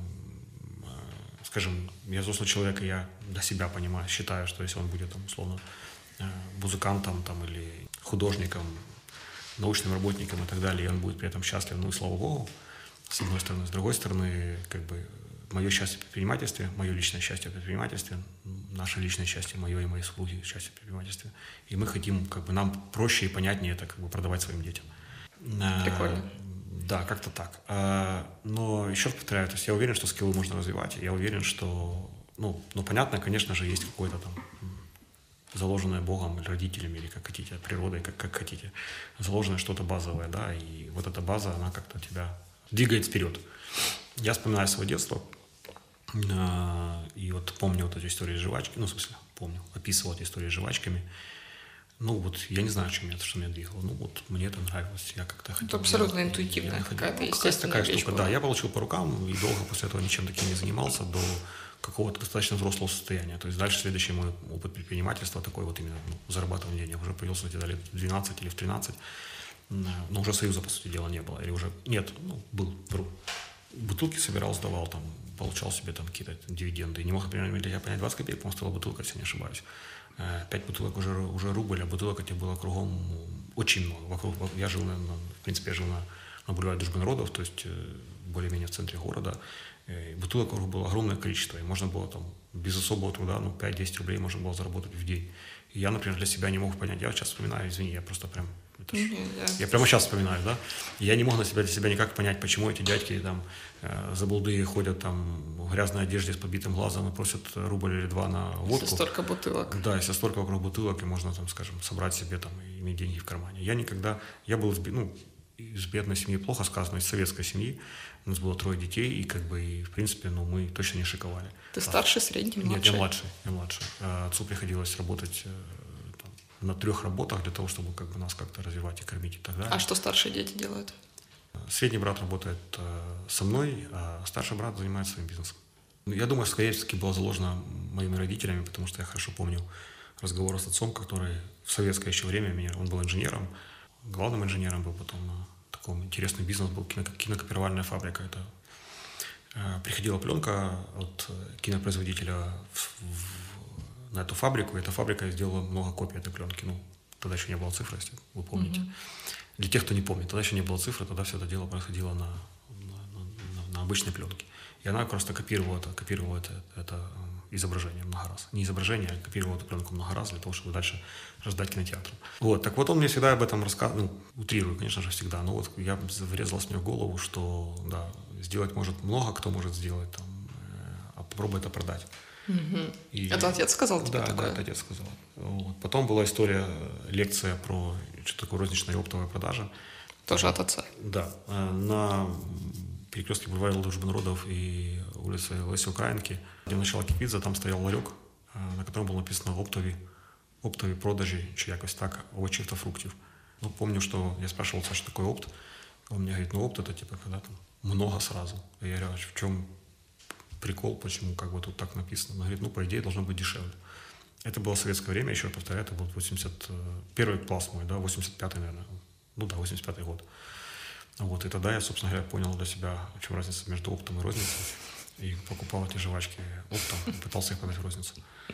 Speaker 4: скажем, я взрослый человек, и я для себя понимаю, считаю, что если он будет, там, условно, музыкантом, там, или художником, научным работником и так далее, и он будет при этом счастлив, ну и слава богу, с одной стороны. С другой стороны, как бы, мое счастье в предпринимательстве, мое личное счастье в предпринимательстве, наше личное счастье, мое и моей супруги счастье в предпринимательстве. И мы хотим, как бы, нам проще и понятнее это, как бы, продавать своим детям.
Speaker 3: Прикольно.
Speaker 4: Да, как-то так. Но еще раз повторяю, то есть я уверен, что скиллы можно развивать. Я уверен, что, понятно, конечно же, есть какой-то там заложенное Богом или родителями, или как хотите, природой, как хотите, заложенное что-то базовое, да, и вот эта база, она как-то тебя двигает вперед. Я вспоминаю свое детство, и вот помню вот эту историю с жвачками, описывал эти истории с жвачками. Ну, вот я не знаю, что меня двигало. Ну, вот мне это нравилось. Я как-то хотел...
Speaker 3: Это абсолютно интуитивная какая-то естественная вещь.
Speaker 4: Штука, да. Я получил по рукам и долго после этого ничем таким не занимался до какого-то достаточно взрослого состояния. То есть дальше следующий мой опыт предпринимательства, такой вот именно зарабатывание денег, уже появился где-то лет в 12 или в 13. Но уже союза, по сути дела, не было. Или уже... Нет, был. Бутылки собирал, сдавал, там, получал себе там какие-то дивиденды. И не мог, например, для я понять 20 копеек, по-моему, стоила бутылка, если не ошибаюсь. 5 бутылок уже рубль, а бутылок этих было кругом очень много. Вокруг, я жил на бульваре Дружбы народов, то есть более-менее в центре города. И бутылок вокруг было огромное количество, и можно было там без особого труда, 5-10 рублей можно было заработать в день. И я, например, для себя не мог понять, я сейчас вспоминаю, извини, я просто прям... Я прямо сейчас вспоминаю, да? И я не мог для себя никак понять, почему эти дядьки там заблуды ходят там в грязной одежде с побитым глазом и просят рубль или два на водку.
Speaker 3: Если столько бутылок.
Speaker 4: Да, если столько вокруг бутылок, и можно, там, скажем, собрать себе там и иметь деньги в кармане. Я был из бедной семьи, плохо сказано, из советской семьи. У нас было 3 детей, и как бы, и, в принципе, мы точно не шиковали.
Speaker 3: Ты старший, средний, младший?
Speaker 4: Нет, я младший. Отцу приходилось работать на 3 работах для того, чтобы как бы нас как-то развивать и кормить и так далее.
Speaker 3: А что старшие дети делают?
Speaker 4: Средний брат работает со мной, а старший брат занимается своим бизнесом. Я думаю, скорее всего, было заложено моими родителями, потому что я хорошо помню разговор с отцом, который в советское еще время, он был инженером, главным инженером был, потом такой интересный бизнес был, кинокопировальная фабрика. Это приходила пленка от кинопроизводителя на эту фабрику, и эта фабрика сделала много копий этой пленки. Ну, тогда еще не было цифры, если вы помните. Для тех, кто не помнит, тогда еще не было цифры, тогда все это дело происходило на обычной пленке. И она просто копировала это изображение много раз. Не изображение, а копировала эту пленку много раз для того, чтобы дальше раздать кинотеатру. Вот, так вот он мне всегда об этом рассказывал, утрирую, конечно же, всегда, но вот я врезалось мне в голову, что, да, сделать может много, кто может сделать, там, а попробуй это продать. И,
Speaker 3: это отец сказал тебе такое?
Speaker 4: Да, это отец сказал. Вот. Потом была история, лекция про что такое розничная и оптовая продажа.
Speaker 3: Тоже от отца?
Speaker 4: Да. На перекрестке бульвара Дружбы народов и улицы Лесі Українки, где начала Кипидзе, там стоял ларек, на котором было написано оптові продажі, чи якось так, овочів та фруктів. Ну, помню, что я спрашивал, что такое опт. Он мне говорит, опт это типа когда там много сразу. И я говорю, в чем прикол, почему как бы тут так написано? Он говорит, по идее должно быть дешевле. Это было советское время, еще раз повторяю, это был 81 класс мой, да, 85-й, наверное. 85-й год. Вот, и тогда я, собственно говоря, понял для себя, в чем разница между оптом и розницей. И покупал эти жвачки оптом, и пытался их продать в розницу.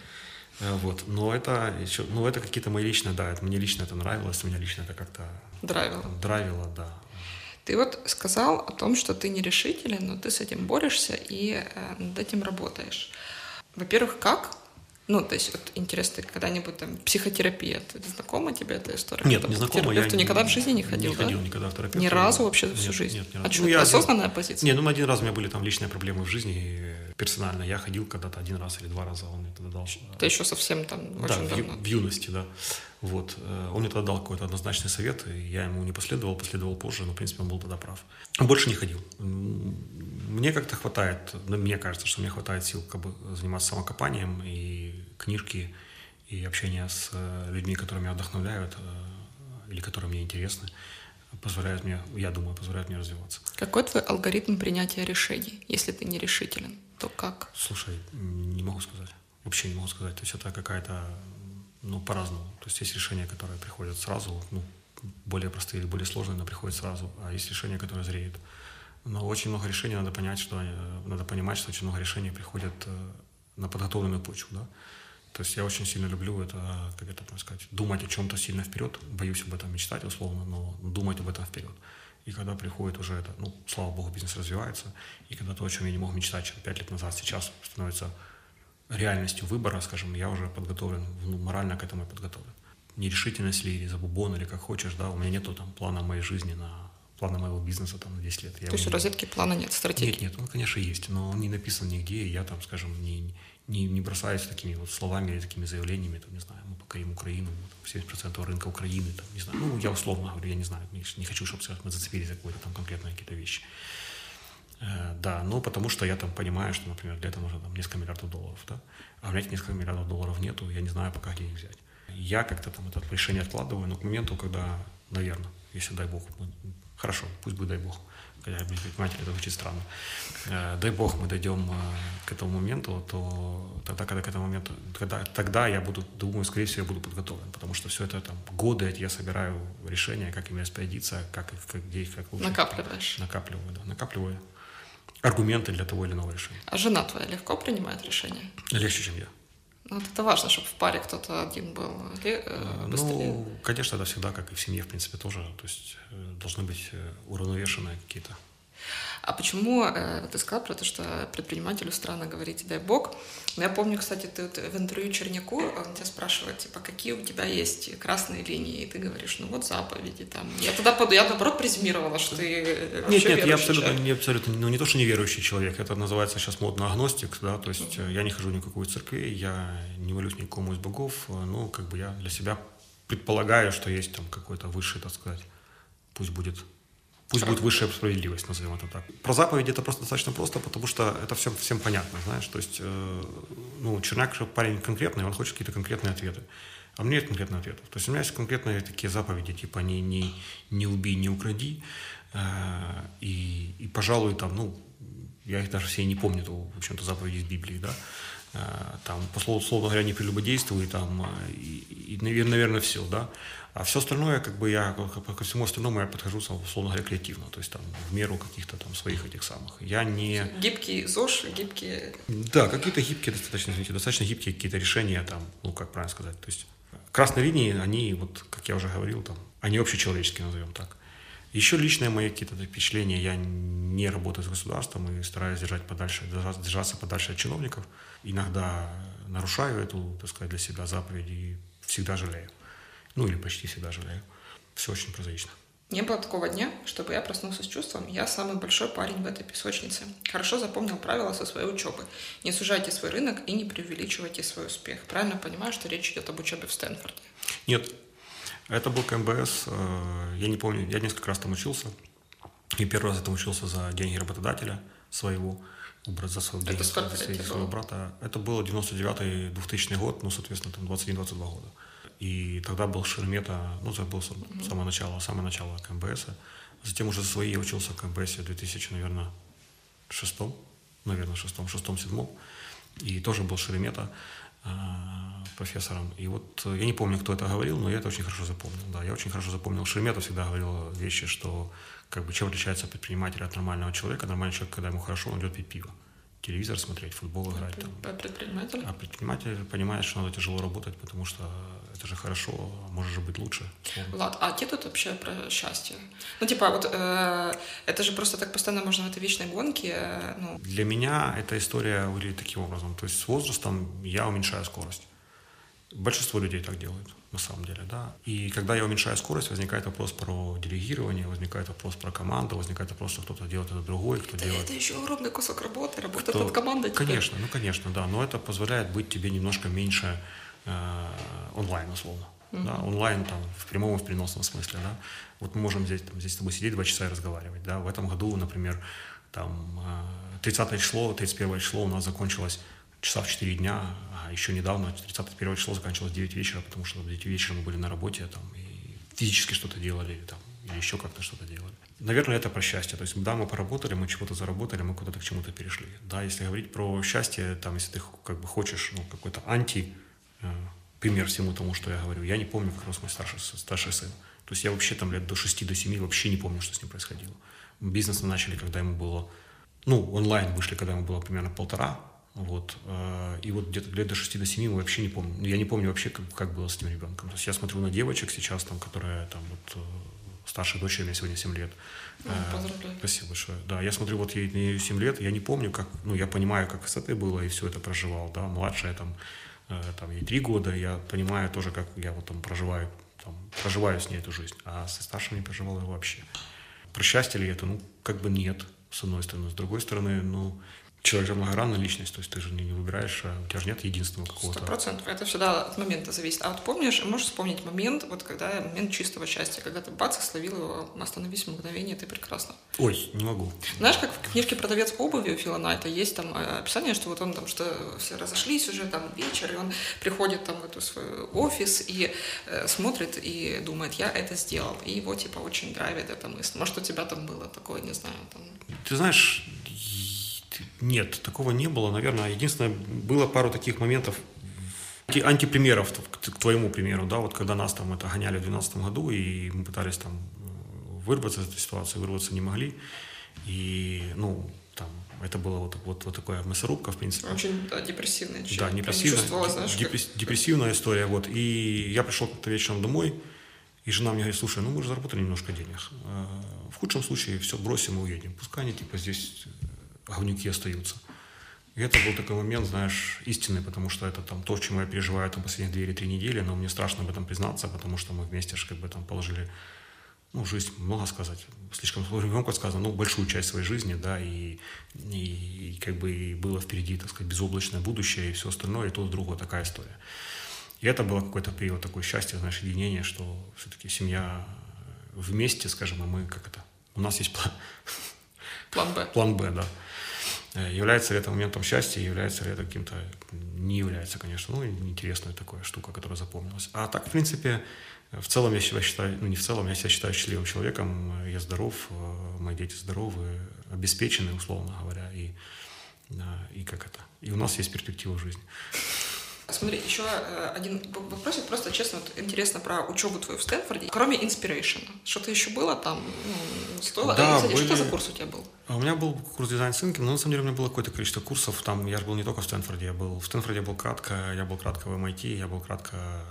Speaker 4: Вот. Но это какие-то мои личные, да, мне лично это нравилось, меня лично это как-то драйвило, да.
Speaker 3: Ты вот сказал о том, что ты нерешителен, но ты с этим борешься и над этим работаешь. Во-первых, как? Ну, то есть, вот интересно, ты когда-нибудь там психотерапия, знакома тебе эта история?
Speaker 4: Нет, не знакома.
Speaker 3: Ты никогда в жизни не ходил,
Speaker 4: не ходил никогда в терапевта.
Speaker 3: Ни разу вообще всю жизнь?
Speaker 4: Нет, ни
Speaker 3: разу. А что, осознанная позиция?
Speaker 4: Нет, один раз у меня были там личные проблемы в жизни, персонально. Я ходил когда-то 1 раз или 2 раза, он мне тогда дал...
Speaker 3: Ты еще совсем там очень давно?
Speaker 4: В юности, да. Вот. Он мне тогда дал какой-то однозначный совет, и я ему не последовал позже, но, в принципе, он был тогда прав. Больше не ходил. Мне как-то хватает, мне кажется, что мне хватает сил как бы заниматься самокопанием, и книжки, и общение с людьми, которые меня вдохновляют или которые мне интересны, позволяют мне развиваться.
Speaker 3: Какой твой алгоритм принятия решений? Если ты не решителен, то как?
Speaker 4: Слушай, не могу сказать. Вообще не могу сказать. То есть это какая-то, по-разному. То есть решения, которые приходят сразу, более простые или более сложные, но приходят сразу, а есть решения, которые зреют. Но очень много решений надо понимать, что очень много решений приходят на подготовленную почву, да. То есть я очень сильно люблю думать о чем-то сильно вперед, боюсь об этом мечтать условно, но думать об этом вперед. И когда приходит уже это, слава богу, бизнес развивается, и когда то, о чем я не мог мечтать 5 лет назад, сейчас становится реальностью выбора, скажем, я уже подготовлен, морально к этому подготовлен. Нерешительность или забубон, или как хочешь, да, у меня нету там плана моей жизни плана моего бизнеса там на 10 лет.
Speaker 3: То есть у розетки плана нет, стратегии?
Speaker 4: Нет, он, конечно, есть, но он не написан нигде, и я там, скажем, не бросаюсь такими вот словами или такими заявлениями, там, не знаю, мы покорим Украину, 70% рынка Украины, там, не знаю, я условно говорю, я не знаю, не хочу, чтобы мы зацепились за какие-то там конкретные какие-то вещи. Да, потому что я там понимаю, что, например, для этого нужно там несколько миллиардов долларов, да, а у меня этих несколько миллиардов долларов нету, я не знаю пока, где их взять. Я как-то там это решение откладываю, но к моменту, когда, наверное, если дай бог, хорошо, пусть будет дай бог, когда я буду предприниматель, это звучит странно, дай бог мы дойдем к этому моменту, то тогда я думаю, скорее всего, я буду подготовлен, потому что все это там годы я собираю решения, как ими распорядиться, где их, как лучше.
Speaker 3: Накапливаешь?
Speaker 4: Накапливаю аргументы для того или иного решения.
Speaker 3: А жена твоя легко принимает решения?
Speaker 4: Легче, чем я.
Speaker 3: Вот это важно, чтобы в паре кто-то один был быстрее.
Speaker 4: Конечно, это всегда, как и в семье, в принципе, тоже. То есть должны быть уравновешенные какие-то.
Speaker 3: А почему ты сказал про то, что предпринимателю странно говорить «дай бог»? Я помню, кстати, ты в интервью Черняку, он тебя спрашивает, типа, какие у тебя есть красные линии, и ты говоришь, заповеди там. Я наоборот презюмировала, что ты вообще
Speaker 4: Нет, я абсолютно, не то, что неверующий человек, это называется сейчас модно агностик, да, то есть я не хожу в никакую церковь, я не молюсь никому из богов, я для себя предполагаю, что есть там какой-то высший, так сказать, пусть будет высшая справедливость, назовем это так. Про заповеди это просто достаточно просто, потому что это всем понятно, знаешь. То есть, Черняк парень конкретный, он хочет какие-то конкретные ответы. А у меня нет конкретных ответов. То есть у меня есть конкретные такие заповеди, типа не убей, не укради, И, пожалуй, там, я их даже все не помню, в общем-то, заповеди из Библии, да, там, условно говоря, не прелюбодействуй, там, и, наверное, все, да. А все остальное, как бы я, ко всему остальному я подхожу, условно говоря, креативно, то есть там в меру каких-то там своих этих самых. Я не...
Speaker 3: Гибкий ЗОЖ, гибкие...
Speaker 4: Да, какие-то гибкие, достаточно гибкие какие-то решения там, как правильно сказать, то есть красные линии, они, вот, как я уже говорил, там, они общечеловеческие, назовем так. Еще личные мои какие-то впечатления, я не работаю с государством и стараюсь держаться подальше от чиновников. Иногда нарушаю эту, так сказать, для себя заповедь и всегда жалею. Или почти всегда жалею. Все очень прозаично.
Speaker 3: Не было такого дня, чтобы я проснулся с чувством: я самый большой парень в этой песочнице. Хорошо запомнил правила со своей учебы. Не сужайте свой рынок и не преувеличивайте свой успех. Правильно понимаю, что речь идет об учебе в Стэнфорде?
Speaker 4: Нет. Это был КМБС. Я не помню, я несколько раз там учился. И первый раз я там учился за деньги работодателя своего. За свои деньги своего брата. Это было 99-2000 год, соответственно, там 21-22 года. И тогда был Шеремета, это было самое начало КМБС. Затем уже за свои я учился в КМБС в 2000, наверное, шестом, седьмом. И тоже был Шеремета профессором. И вот я не помню, кто это говорил, но я это очень хорошо запомнил. Да, я очень хорошо запомнил. Шеремета всегда говорил вещи, что чем отличается предприниматель от нормального человека. Нормальный человек, когда ему хорошо, он идет пить пиво, телевизор смотреть, футбол играть.
Speaker 3: Предприниматель?
Speaker 4: А предприниматель понимает, что надо тяжело работать, потому что это же хорошо, может же быть лучше.
Speaker 3: Влад, а где тут вообще про счастье? Это же просто так постоянно можно в этой вечной гонке.
Speaker 4: Для меня эта история выглядит таким образом. То есть с возрастом я уменьшаю скорость. Большинство людей так делают, на самом деле, да. И когда я уменьшаю скорость, возникает вопрос про делегирование, возникает вопрос про команду, возникает вопрос, что кто-то делает это другой, кто делает...
Speaker 3: Это еще огромный кусок работы, работа над командой.
Speaker 4: Конечно, да. Но это позволяет быть тебе немножко меньше онлайн, условно. Да? Онлайн там в прямом и в переносном смысле, да. Вот мы можем здесь с тобой сидеть 2 часа и разговаривать, да. В этом году, например, там 31 число у нас закончилось часа в 4 дня, а еще недавно, 31 число заканчивалось 9 вечера, потому что в 9 вечера мы были на работе там, и физически что-то делали, там, или еще как-то что-то делали. Наверное, это про счастье. То есть, да, мы поработали, мы чего-то заработали, мы куда-то к чему-то перешли. Да, если говорить про счастье, там, если ты как бы хочешь какой-то пример всему тому, что я говорю. Я не помню, как рос мой старший сын. То есть я вообще там лет до 6-7 вообще не помню, что с ним происходило. Бизнес мы начали, когда ему было... онлайн вышли, когда ему было примерно 1,5. Вот. И вот где-то лет до 6-7 мы вообще не помню. Я не помню вообще, как было с этим ребенком. То есть я смотрю на девочек сейчас, там, которые там вот... Старшей дочери, мне сегодня 7 лет.
Speaker 3: Поздравляю.
Speaker 4: Спасибо большое. Да, я смотрю, вот ей 7 лет, я не помню, как... я понимаю, как с этой было, и все это проживал, да. Младшая, там ей 3 года, я понимаю тоже, как я вот там проживаю с ней эту жизнь. А со старшим не проживал я вообще. Про счастье ли это? Как бы нет, с одной стороны. С другой стороны, человек же многогранная личность, то есть ты же не выбираешь, у тебя же нет единственного какого-то.
Speaker 3: 100%. Это всегда от момента зависит. А вот помнишь, можешь вспомнить момент, момент чистого счастья, когда ты бац, словил его, остановись в мгновение, ты прекрасно.
Speaker 4: Ой, не могу.
Speaker 3: Знаешь, как в книжке «Продавец обуви» у Фила Найта есть там описание, что вот он там, что все разошлись уже, там вечер, и он приходит там в эту свой офис и смотрит и думает, я это сделал. И его типа очень драйвит эта мысль. Может, у тебя там было такое, не знаю. Там...
Speaker 4: Ты знаешь... Нет, такого не было. Наверное, единственное, было пару таких моментов, антипримеров к твоему примеру, да, вот когда нас там это гоняли в 2012 году, и мы пытались там вырваться из этой ситуации, вырваться не могли, и, там, это было вот такая мясорубка, в принципе.
Speaker 3: Очень, да, депрессивная.
Speaker 4: Да, депрессивная история, вот, и я пришел как-то вечером домой, и жена мне говорит, слушай, мы же заработали немножко денег, в худшем случае все бросим и уедем, пускай они, типа, здесь... говнюки остаются. И это был такой момент, знаешь, истинный, потому что это там то, чему я переживаю там последние 2 или 3 недели, но мне страшно об этом признаться, потому что мы вместе же как бы там положили, жизнь, много сказать, слишком громко сказано, большую часть своей жизни, да, и как бы и было впереди, так сказать, безоблачное будущее и все остальное, и то, другое, такая история. И это было какой-то период такое счастье, знаешь, единение, что все-таки семья вместе, скажем, а мы, у нас есть
Speaker 3: План Б.
Speaker 4: План Б, да. Является ли это моментом счастья, является ли это каким-то... Не является, конечно. Ну, интересная такая штука, которая запомнилась. А так, в принципе, в целом я себя считаю... Ну, не в целом, я себя считаю счастливым человеком. Я здоров, мои дети здоровы, обеспечены, условно говоря. И как это? И у нас есть перспектива в жизни.
Speaker 3: Смотри, еще один вопрос, просто честно, вот интересно про учебу твою в Стэнфорде. Кроме Inspiration, что-то еще было там? Стоило?
Speaker 4: Да,
Speaker 3: кстати, что за курс у тебя был?
Speaker 4: У меня был курс дизайн-синкинг, но на самом деле у меня было какое-то количество курсов. Там я же был не только в Стэнфорде, в Стэнфорде я был кратко в MIT, я был кратко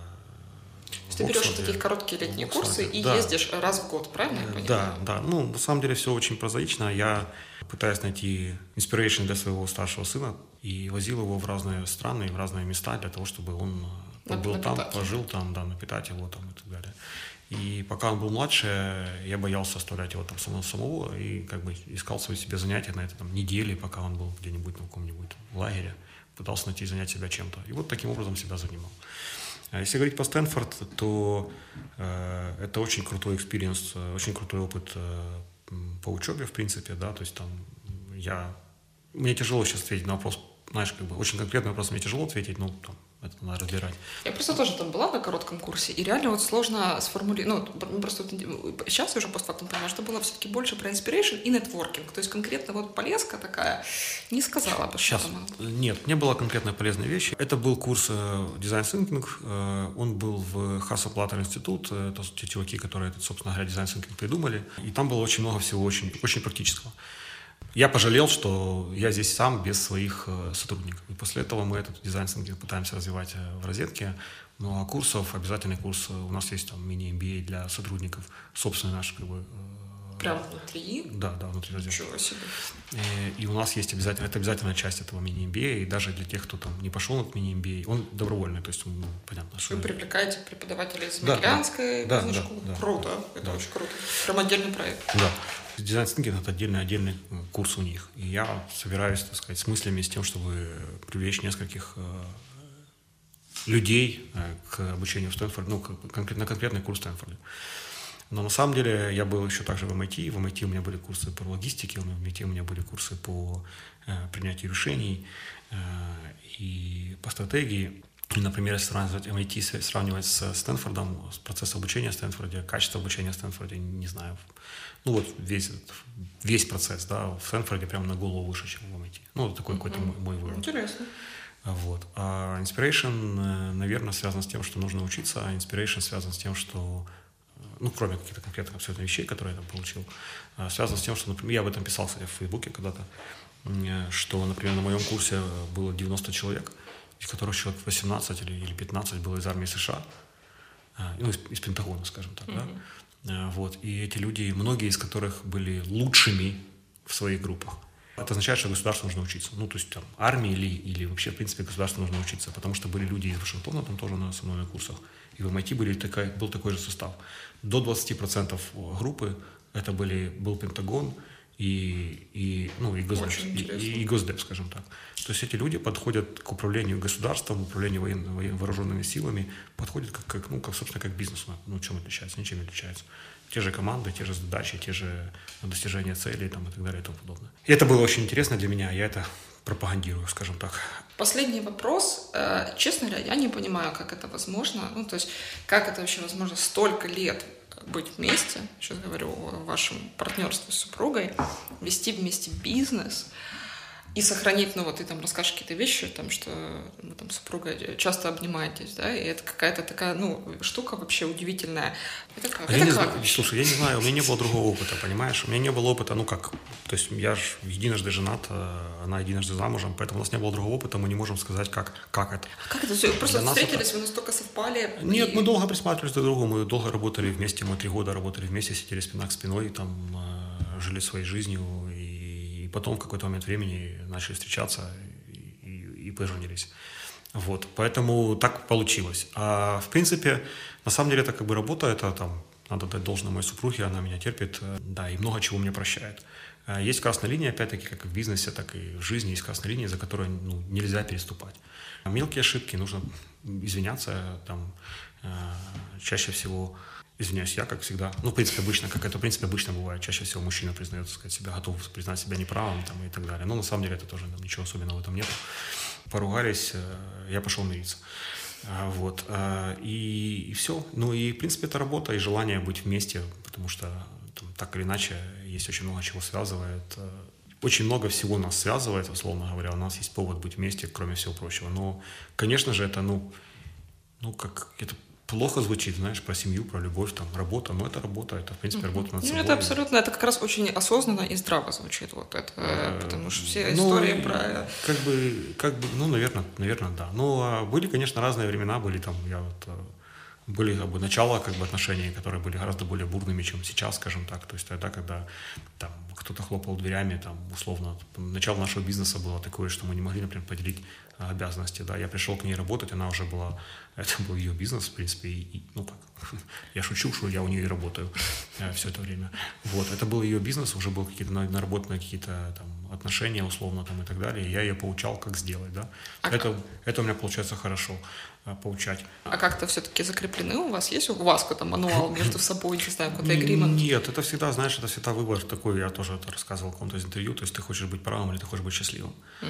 Speaker 4: в
Speaker 3: Ты берешь вот такие короткие летние курсы и ездишь раз в год, правильно я понимаю?
Speaker 4: Да. Ну, на самом деле все очень прозаично. Я пытаюсь найти inspiration для своего старшего сына и возил его в разные страны, в разные места для того, чтобы он был там, пожил там, да, напитать его там и так далее. И пока он был младше, я боялся оставлять его там самого и как бы искал свои себе занятия на это там недели, пока он был где-нибудь на каком-нибудь лагере, пытался найти занять себя чем-то. И вот таким образом себя занимал. Если говорить по Стэнфорд, то это очень крутой экспириенс, очень крутой опыт по учебе, в принципе, да, то есть там мне тяжело сейчас ответить на вопрос, знаешь, как бы очень конкретный вопрос мне тяжело ответить, но там это надо разбирать.
Speaker 3: Я просто тоже там была на коротком курсе, и реально вот сложно сформулировать, просто сейчас я уже постфактум понимаю, что было все-таки больше про inspiration и networking, то есть конкретно вот полезка такая, не сказала бы,
Speaker 4: сейчас.
Speaker 3: Что там.
Speaker 4: Нет, не было конкретно полезной вещи. Это был курс Design Thinking, он был в Hasso-Plattner Institute, это те чуваки, которые, собственно говоря, Design Thinking придумали, и там было очень много всего очень, очень практического. Я пожалел, что я здесь сам без своих сотрудников. И после этого мы этот дизайн-тинкинг пытаемся развивать в розетке. Ну а курсов, обязательный курс, у нас есть там мини-MBA для сотрудников, собственный наш как бы...
Speaker 3: Прям внутри?
Speaker 4: Да, внутри розетки.
Speaker 3: Ничего себе.
Speaker 4: И у нас есть обязательная часть этого мини-MBA, и даже для тех, кто там не пошел на этот мини-MBA, он добровольный, то есть, понятно, что...
Speaker 3: Вы привлекаете преподавателей из американской бизнес-школы?
Speaker 4: Да.
Speaker 3: Круто, это очень круто. Прям отдельный проект.
Speaker 4: Да. Дизайн-тинкинг — это отдельный курс у них. И я собираюсь, так сказать, с мыслями, с тем, чтобы привлечь нескольких людей к обучению в Стэнфорде, на конкретный курс в Стэнфорде. Но на самом деле я был еще также в MIT. В MIT у меня были курсы по логистике, в MIT у меня были курсы по принятию решений и по стратегии. И, например, если сравнивать MIT с Стэнфордом, с процессом обучения в Стэнфорде, качество обучения в Стэнфорде, не знаю. Ну вот весь процесс, да, в Стэнфорде прямо на голову выше, чем в MIT. Ну, вот такой какой-то мой вывод.
Speaker 3: Интересно.
Speaker 4: Вот. А inspiration, наверное, связан с тем, что нужно учиться, а inspiration связан с тем, что, кроме каких-то конкретных абсолютно вещей, которые я там получил, связан с тем, что, например, я об этом писал, кстати, в Фейсбуке когда-то, что, например, на моем курсе было 90 человек, из которых человек 18 или 15 было из армии США, из Пентагона, скажем так, да. Вот. И эти люди, многие из которых были лучшими в своих группах. Это означает, что государству нужно учиться. То есть там, армии или вообще, в принципе, государству нужно учиться. Потому что были люди из Вашингтона, там тоже со мной на курсах. И в MIT был такой же состав. До 20% группы это был Пентагон и Госдеп, скажем так. То есть эти люди подходят к управлению государством, управлению вооруженными силами, подходят собственно, как к бизнесу. Чем отличается? Ничем не отличается. Те же команды, те же задачи, те же достижения целей там, и так далее и тому подобное. И это было очень интересно для меня, я это пропагандирую, скажем так.
Speaker 3: Последний вопрос. Честно говоря, я не понимаю, как это возможно. То есть, как это вообще возможно столько лет быть вместе, сейчас говорю о вашем партнерстве с супругой, вести вместе бизнес и сохранить, ты там расскажешь какие-то вещи, там, что вы там с супругой часто обнимаетесь, да, и это какая-то такая, штука вообще удивительная. Это как?
Speaker 4: Слушай, я не знаю, у меня не было другого опыта, понимаешь? У меня не было опыта, то есть я же единожды женат, она единожды замужем, поэтому у нас не было другого опыта, мы не можем сказать, как это.
Speaker 3: Как это все? Просто встретились, вы настолько совпали?
Speaker 4: Нет, мы долго присматривались друг к другу, мы долго работали вместе, мы 3 года работали вместе, сидели спина к спиной, там, жили своей жизнью, и потом в какой-то момент времени начали встречаться и поженились. Вот, поэтому так получилось. А в принципе, на самом деле, это как бы работа, это там, надо дать должное моей супруге, она меня терпит, да, и много чего мне прощает. Есть красная линия, опять-таки, как и в бизнесе, так и в жизни есть красная линия, за которой нельзя переступать. Мелкие ошибки, нужно извиняться, там, чаще всего Извиняюсь, я, как всегда, в принципе, обычно бывает, чаще всего мужчина признает, сказать, себя, готов признать себя неправым там, и так далее. Но на самом деле это тоже ничего особенного в этом нет. Поругались, я пошел мириться. Вот. И все. Ну и, в принципе, это работа и желание быть вместе, потому что там, так или иначе есть очень много чего связывает. Очень много всего нас связывает, условно говоря. У нас есть повод быть вместе, кроме всего прочего. Но, конечно же, это, как это плохо звучит, знаешь, про семью, про любовь, там, работа. Но это работа, это, в принципе, работа над собой.
Speaker 3: Это абсолютно, это как раз очень осознанно и здраво звучит, вот это, потому что все истории про...
Speaker 4: Наверное, да. Но были, конечно, разные времена, были там, были начало отношений, которые были гораздо более бурными, чем сейчас, скажем так. То есть тогда, когда там кто-то хлопал дверями, там, условно, начало нашего бизнеса было такое, что мы не могли, например, поделить обязанности, да. Я пришел к ней работать, она уже была, это был ее бизнес, в принципе, я шучу, что я у нее и работаю все это время. Вот, это был ее бизнес, уже был какие-то наработанные какие-то там отношения, условно, там, и так далее, и я ее поучал, как сделать, да. Это у меня получается хорошо. Поучать.
Speaker 3: А как-то все-таки закреплены у вас? Есть у вас какой-то мануал между собой, не знаю, какой-то агримент?
Speaker 4: Нет, это всегда, знаешь, это всегда выбор такой, я тоже это рассказывал в каком-то из интервью, то есть ты хочешь быть правым или ты хочешь быть счастливым.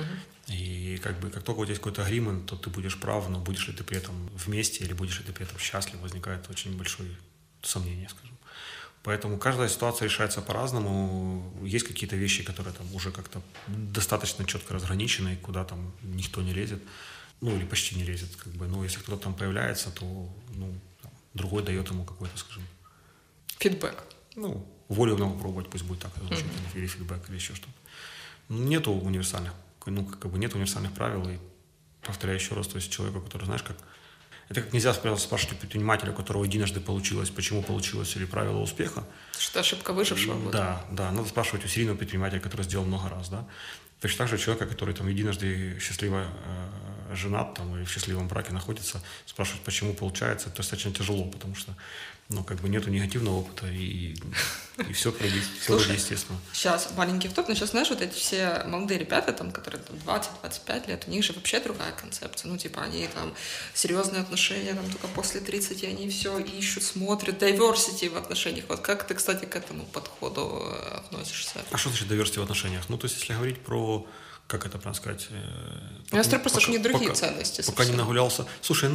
Speaker 4: И как только у тебя есть какой-то агримент, то ты будешь прав, но будешь ли ты при этом вместе или будешь ли ты при этом счастлив, возникает очень большое сомнение, скажем. Поэтому каждая ситуация решается по-разному. Есть какие-то вещи, которые там уже как-то достаточно четко разграничены, куда там никто не лезет. Или почти не лезет, но если кто-то там появляется, то, другой дает ему какой-то, скажем...
Speaker 3: Фидбэк.
Speaker 4: Волю нам попробовать, пусть будет так звучит, или фидбэк, или еще что-то. Нету универсальных, нет универсальных правил, и повторяю еще раз, то есть человеку, который, знаешь, как... Это как нельзя спрашивать у предпринимателя, у которого единожды получилось, почему получилось, или правила успеха.
Speaker 3: Что ошибка выжившего.
Speaker 4: Да, надо спрашивать у серийного предпринимателя, который сделал много раз, да. Точно так же человека, который там единожды счастливо женат там, или в счастливом браке находится, спрашивать, почему получается, это достаточно тяжело, потому что нету негативного опыта, и все вроде естественно.
Speaker 3: Сейчас маленький втоп, но сейчас, знаешь, вот эти все молодые ребята, там, которые 20-25 лет, у них же вообще другая концепция. Они там серьезные отношения, там, только после 30 они все ищут, смотрят, diversity в отношениях. Вот как ты, кстати, к этому подходу относишься?
Speaker 4: А что значит diversity в отношениях? То есть, если говорить про... Как это, правильно сказать?
Speaker 3: У нас просто не другие ценности.
Speaker 4: Пока не нагулялся. Слушай,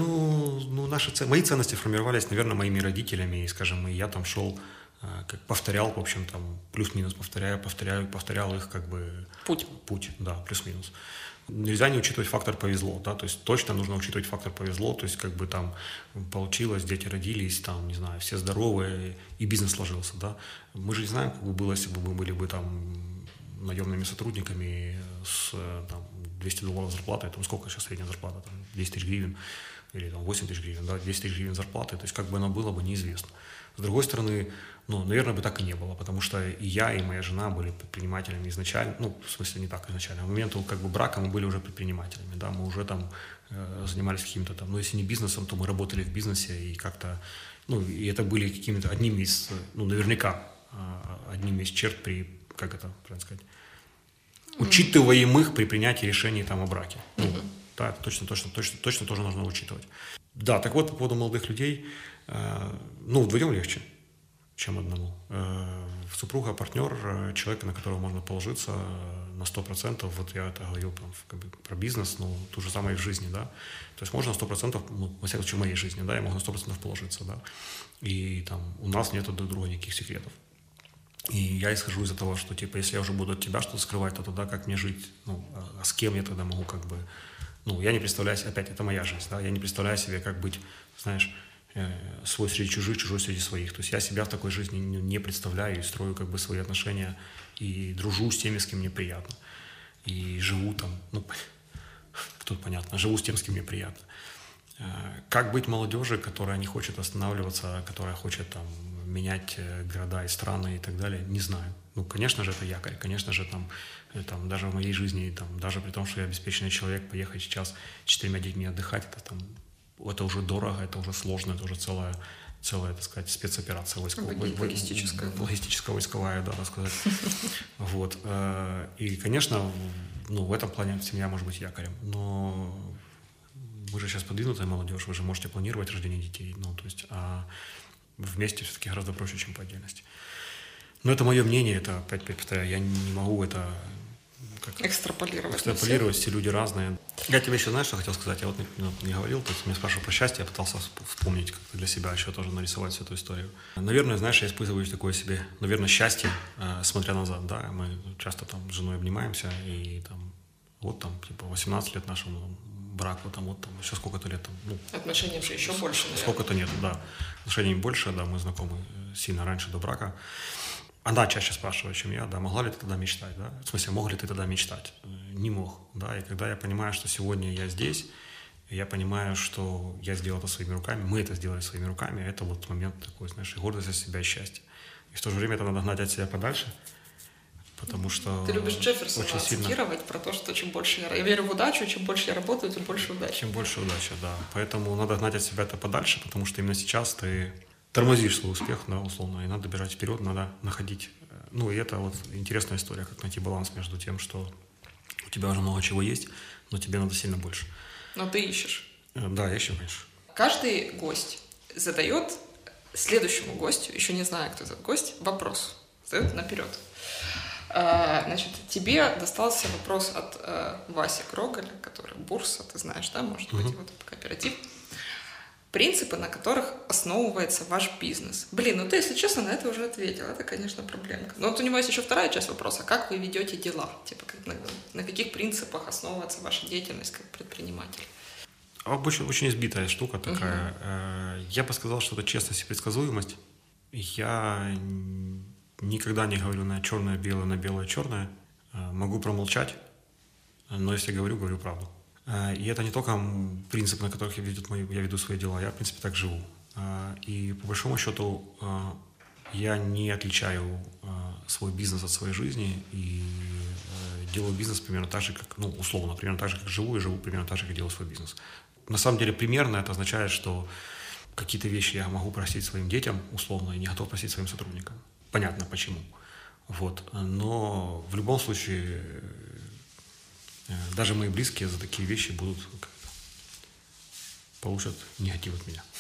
Speaker 4: мои ценности формировались, наверное, моими родителями. И, скажем, я там шел, повторял, в общем, там, плюс-минус повторял их, Путь, да, плюс-минус. Нельзя не учитывать фактор повезло, да, то есть точно нужно учитывать фактор повезло, то есть там получилось, дети родились, там, не знаю, все здоровые, и бизнес сложился, да. Мы же не знаем, как бы было, если бы мы были бы там наемными сотрудниками с $200 зарплаты, там сколько сейчас средняя зарплата, там 10 тысяч гривен или там 8 тысяч гривен, да, 10 тысяч гривен зарплаты, то есть как бы оно было бы неизвестно. С другой стороны, наверное, бы так и не было, потому что и я, и моя жена были предпринимателями изначально, в смысле не так изначально, к моменту брака мы были уже предпринимателями, да, мы уже там занимались каким-то там, если не бизнесом, то мы работали в бизнесе и как-то, и это были какими-то одними из, наверняка, одними из черт при, как это, правильно сказать, учитываемых при принятии решений там о браке. Да, это точно тоже нужно учитывать. Да, так вот, по поводу молодых людей, вдвоем легче, чем одному. Супруга, партнер, человек, на которого можно положиться на 100%, вот я это говорил про бизнес, то же самое и в жизни, да. То есть можно 100%, во всяком случае в моей жизни, да, я могу на 100% положиться, да. И там у нас нету друг друга никаких секретов. И я исхожу из-за того, что, если я уже буду от тебя что-то скрывать, то тогда как мне жить? А с кем я тогда могу я не представляю себе, опять, это моя жизнь, да, я не представляю себе, как быть, знаешь, свой среди чужих, чужой среди своих. То есть я себя в такой жизни не представляю и строю свои отношения и дружу с теми, с кем мне приятно. И живу там, тут понятно, живу с тем, с кем мне приятно. Как быть молодежи, которая не хочет останавливаться, которая хочет там менять города и страны и так далее, не знаю. Конечно же, это якорь, конечно же, там даже в моей жизни, даже при том, что я обеспеченный человек, поехать сейчас 4 детьми отдыхать, это уже дорого, это уже сложно, это уже целая, так сказать, спецоперация логистическая, войсковая, да, так сказать. Вот. И, конечно, в этом плане семья может быть якорем, но вы же сейчас подвинутая молодежь, вы же можете планировать рождение детей, вместе все-таки гораздо проще, чем по отдельности. Но это мое мнение, это опять повторяю, я не могу это экстраполировать, все люди разные. Я тебе еще, знаешь, что хотел сказать? Я вот не говорил, то есть меня спрашивал про счастье, я пытался вспомнить как-то для себя еще тоже нарисовать всю эту историю. Наверное, знаешь, я испытываю такое себе, наверное, счастье, смотря назад, да, мы часто там с женой обнимаемся, и там, вот там, типа, 18 лет нашему браку, там, вот там, еще сколько-то лет там. Ну,
Speaker 3: отношений же еще больше, наверное.
Speaker 4: Сколько-то нет, да. Отношений больше, да, мы знакомы сильно раньше, до брака. Она чаще спрашивает, чем я, да, могла ли ты тогда мечтать, да? В смысле, мог ли ты тогда мечтать? Не мог, да, и когда я понимаю, что сегодня я здесь, я понимаю, что я сделал это своими руками, мы это сделали своими руками, это вот момент такой, знаешь, гордость за себя и счастье. И в то же время это надо гнать от себя подальше, потому что...
Speaker 3: Ты любишь Джефферсона цитировать про то, что чем больше я верю в удачу, чем больше я работаю, тем больше удачи.
Speaker 4: Чем больше удачи, да. Поэтому надо гнать от себя это подальше, потому что именно сейчас ты тормозишь свой успех, да, условно, и надо бежать вперед, надо находить. Ну, и это вот интересная история, как найти баланс между тем, что у тебя уже много чего есть, но тебе надо сильно больше.
Speaker 3: Но ты ищешь.
Speaker 4: Да, я ищу, конечно.
Speaker 3: Каждый гость задает следующему гостю, еще не знаю, кто этот гость, вопрос. Задает наперед. Значит, тебе достался вопрос от Васи Крогаля, который Бурса, ты знаешь, да, может быть, вот этот кооператив. Принципы, на которых основывается ваш бизнес. Блин, ну ты, если честно, на это уже ответил. Это, конечно, проблемка. Но вот у него есть еще вторая часть вопроса. Как вы ведете дела? Типа, на каких принципах основывается ваша деятельность как предприниматель?
Speaker 4: Очень избитая штука такая. Я бы сказал, что это честность и предсказуемость. Я никогда не говорю на черное-белое, на белое-черное. Могу промолчать, но если говорю, говорю правду. И это не только принцип, на которых я веду свои дела, я, в принципе, так живу. И по большому счету я не отличаю свой бизнес от своей жизни и делаю бизнес примерно так же, как, ну, условно, примерно так же, как живу, и живу примерно так же, как делаю свой бизнес. На самом деле, примерно это означает, что какие-то вещи я могу простить своим детям, условно, и не готов простить своим сотрудникам. Понятно, почему. Вот. Но в любом случае... Даже мои близкие за такие вещи получат негатив от меня.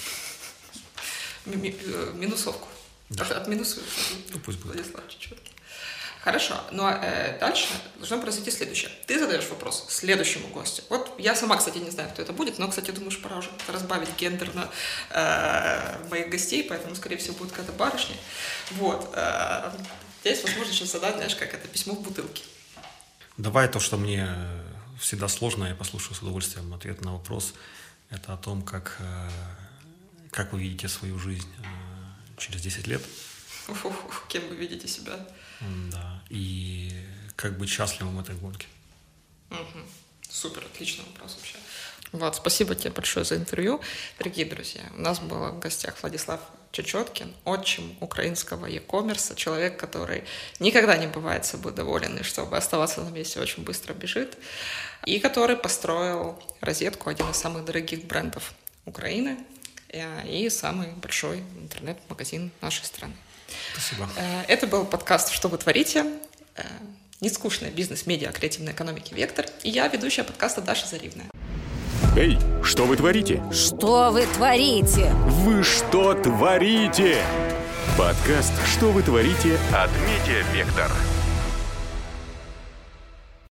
Speaker 3: Минусовку.
Speaker 4: Да.
Speaker 3: Отминусуешь.
Speaker 4: Ну, пусть будет.
Speaker 3: Владислав Чечеткин. Хорошо, но дальше должно произойти следующее. Ты задаешь вопрос следующему гостю. Вот я сама, кстати, не знаю, кто это будет, но, кстати, думаю, что пора уже разбавить гендерно моих гостей, поэтому, скорее всего, будет какая-то барышня. Вот. Здесь возможно сейчас задать, знаешь, как это письмо в бутылке.
Speaker 4: Давай то, что мне всегда сложно, я послушаю с удовольствием ответ на вопрос. Это о том, как вы видите свою жизнь через 10 лет.
Speaker 3: Кем вы видите себя?
Speaker 4: Да. И как быть счастливым в этой гонке.
Speaker 3: Супер, отличный вопрос вообще. Влад, спасибо тебе большое за интервью. Дорогие друзья, у нас был в гостях Владислав Чечеткин, отчим украинского e-commerce, человек, который никогда не бывает собой доволен, и чтобы оставаться на месте, очень быстро бежит, и который построил «Розетку», один из самых дорогих брендов Украины и самый большой интернет-магазин нашей страны.
Speaker 4: Спасибо.
Speaker 3: Это был подкаст «Что вы творите?», нескучная бизнес-медиа креативной экономики «Вектор», и я, ведущая подкаста Даша Заривная.
Speaker 1: Эй, что вы творите?
Speaker 2: Что вы творите?
Speaker 1: Вы что творите? Подкаст «Что вы творите» от Медиа Вектор.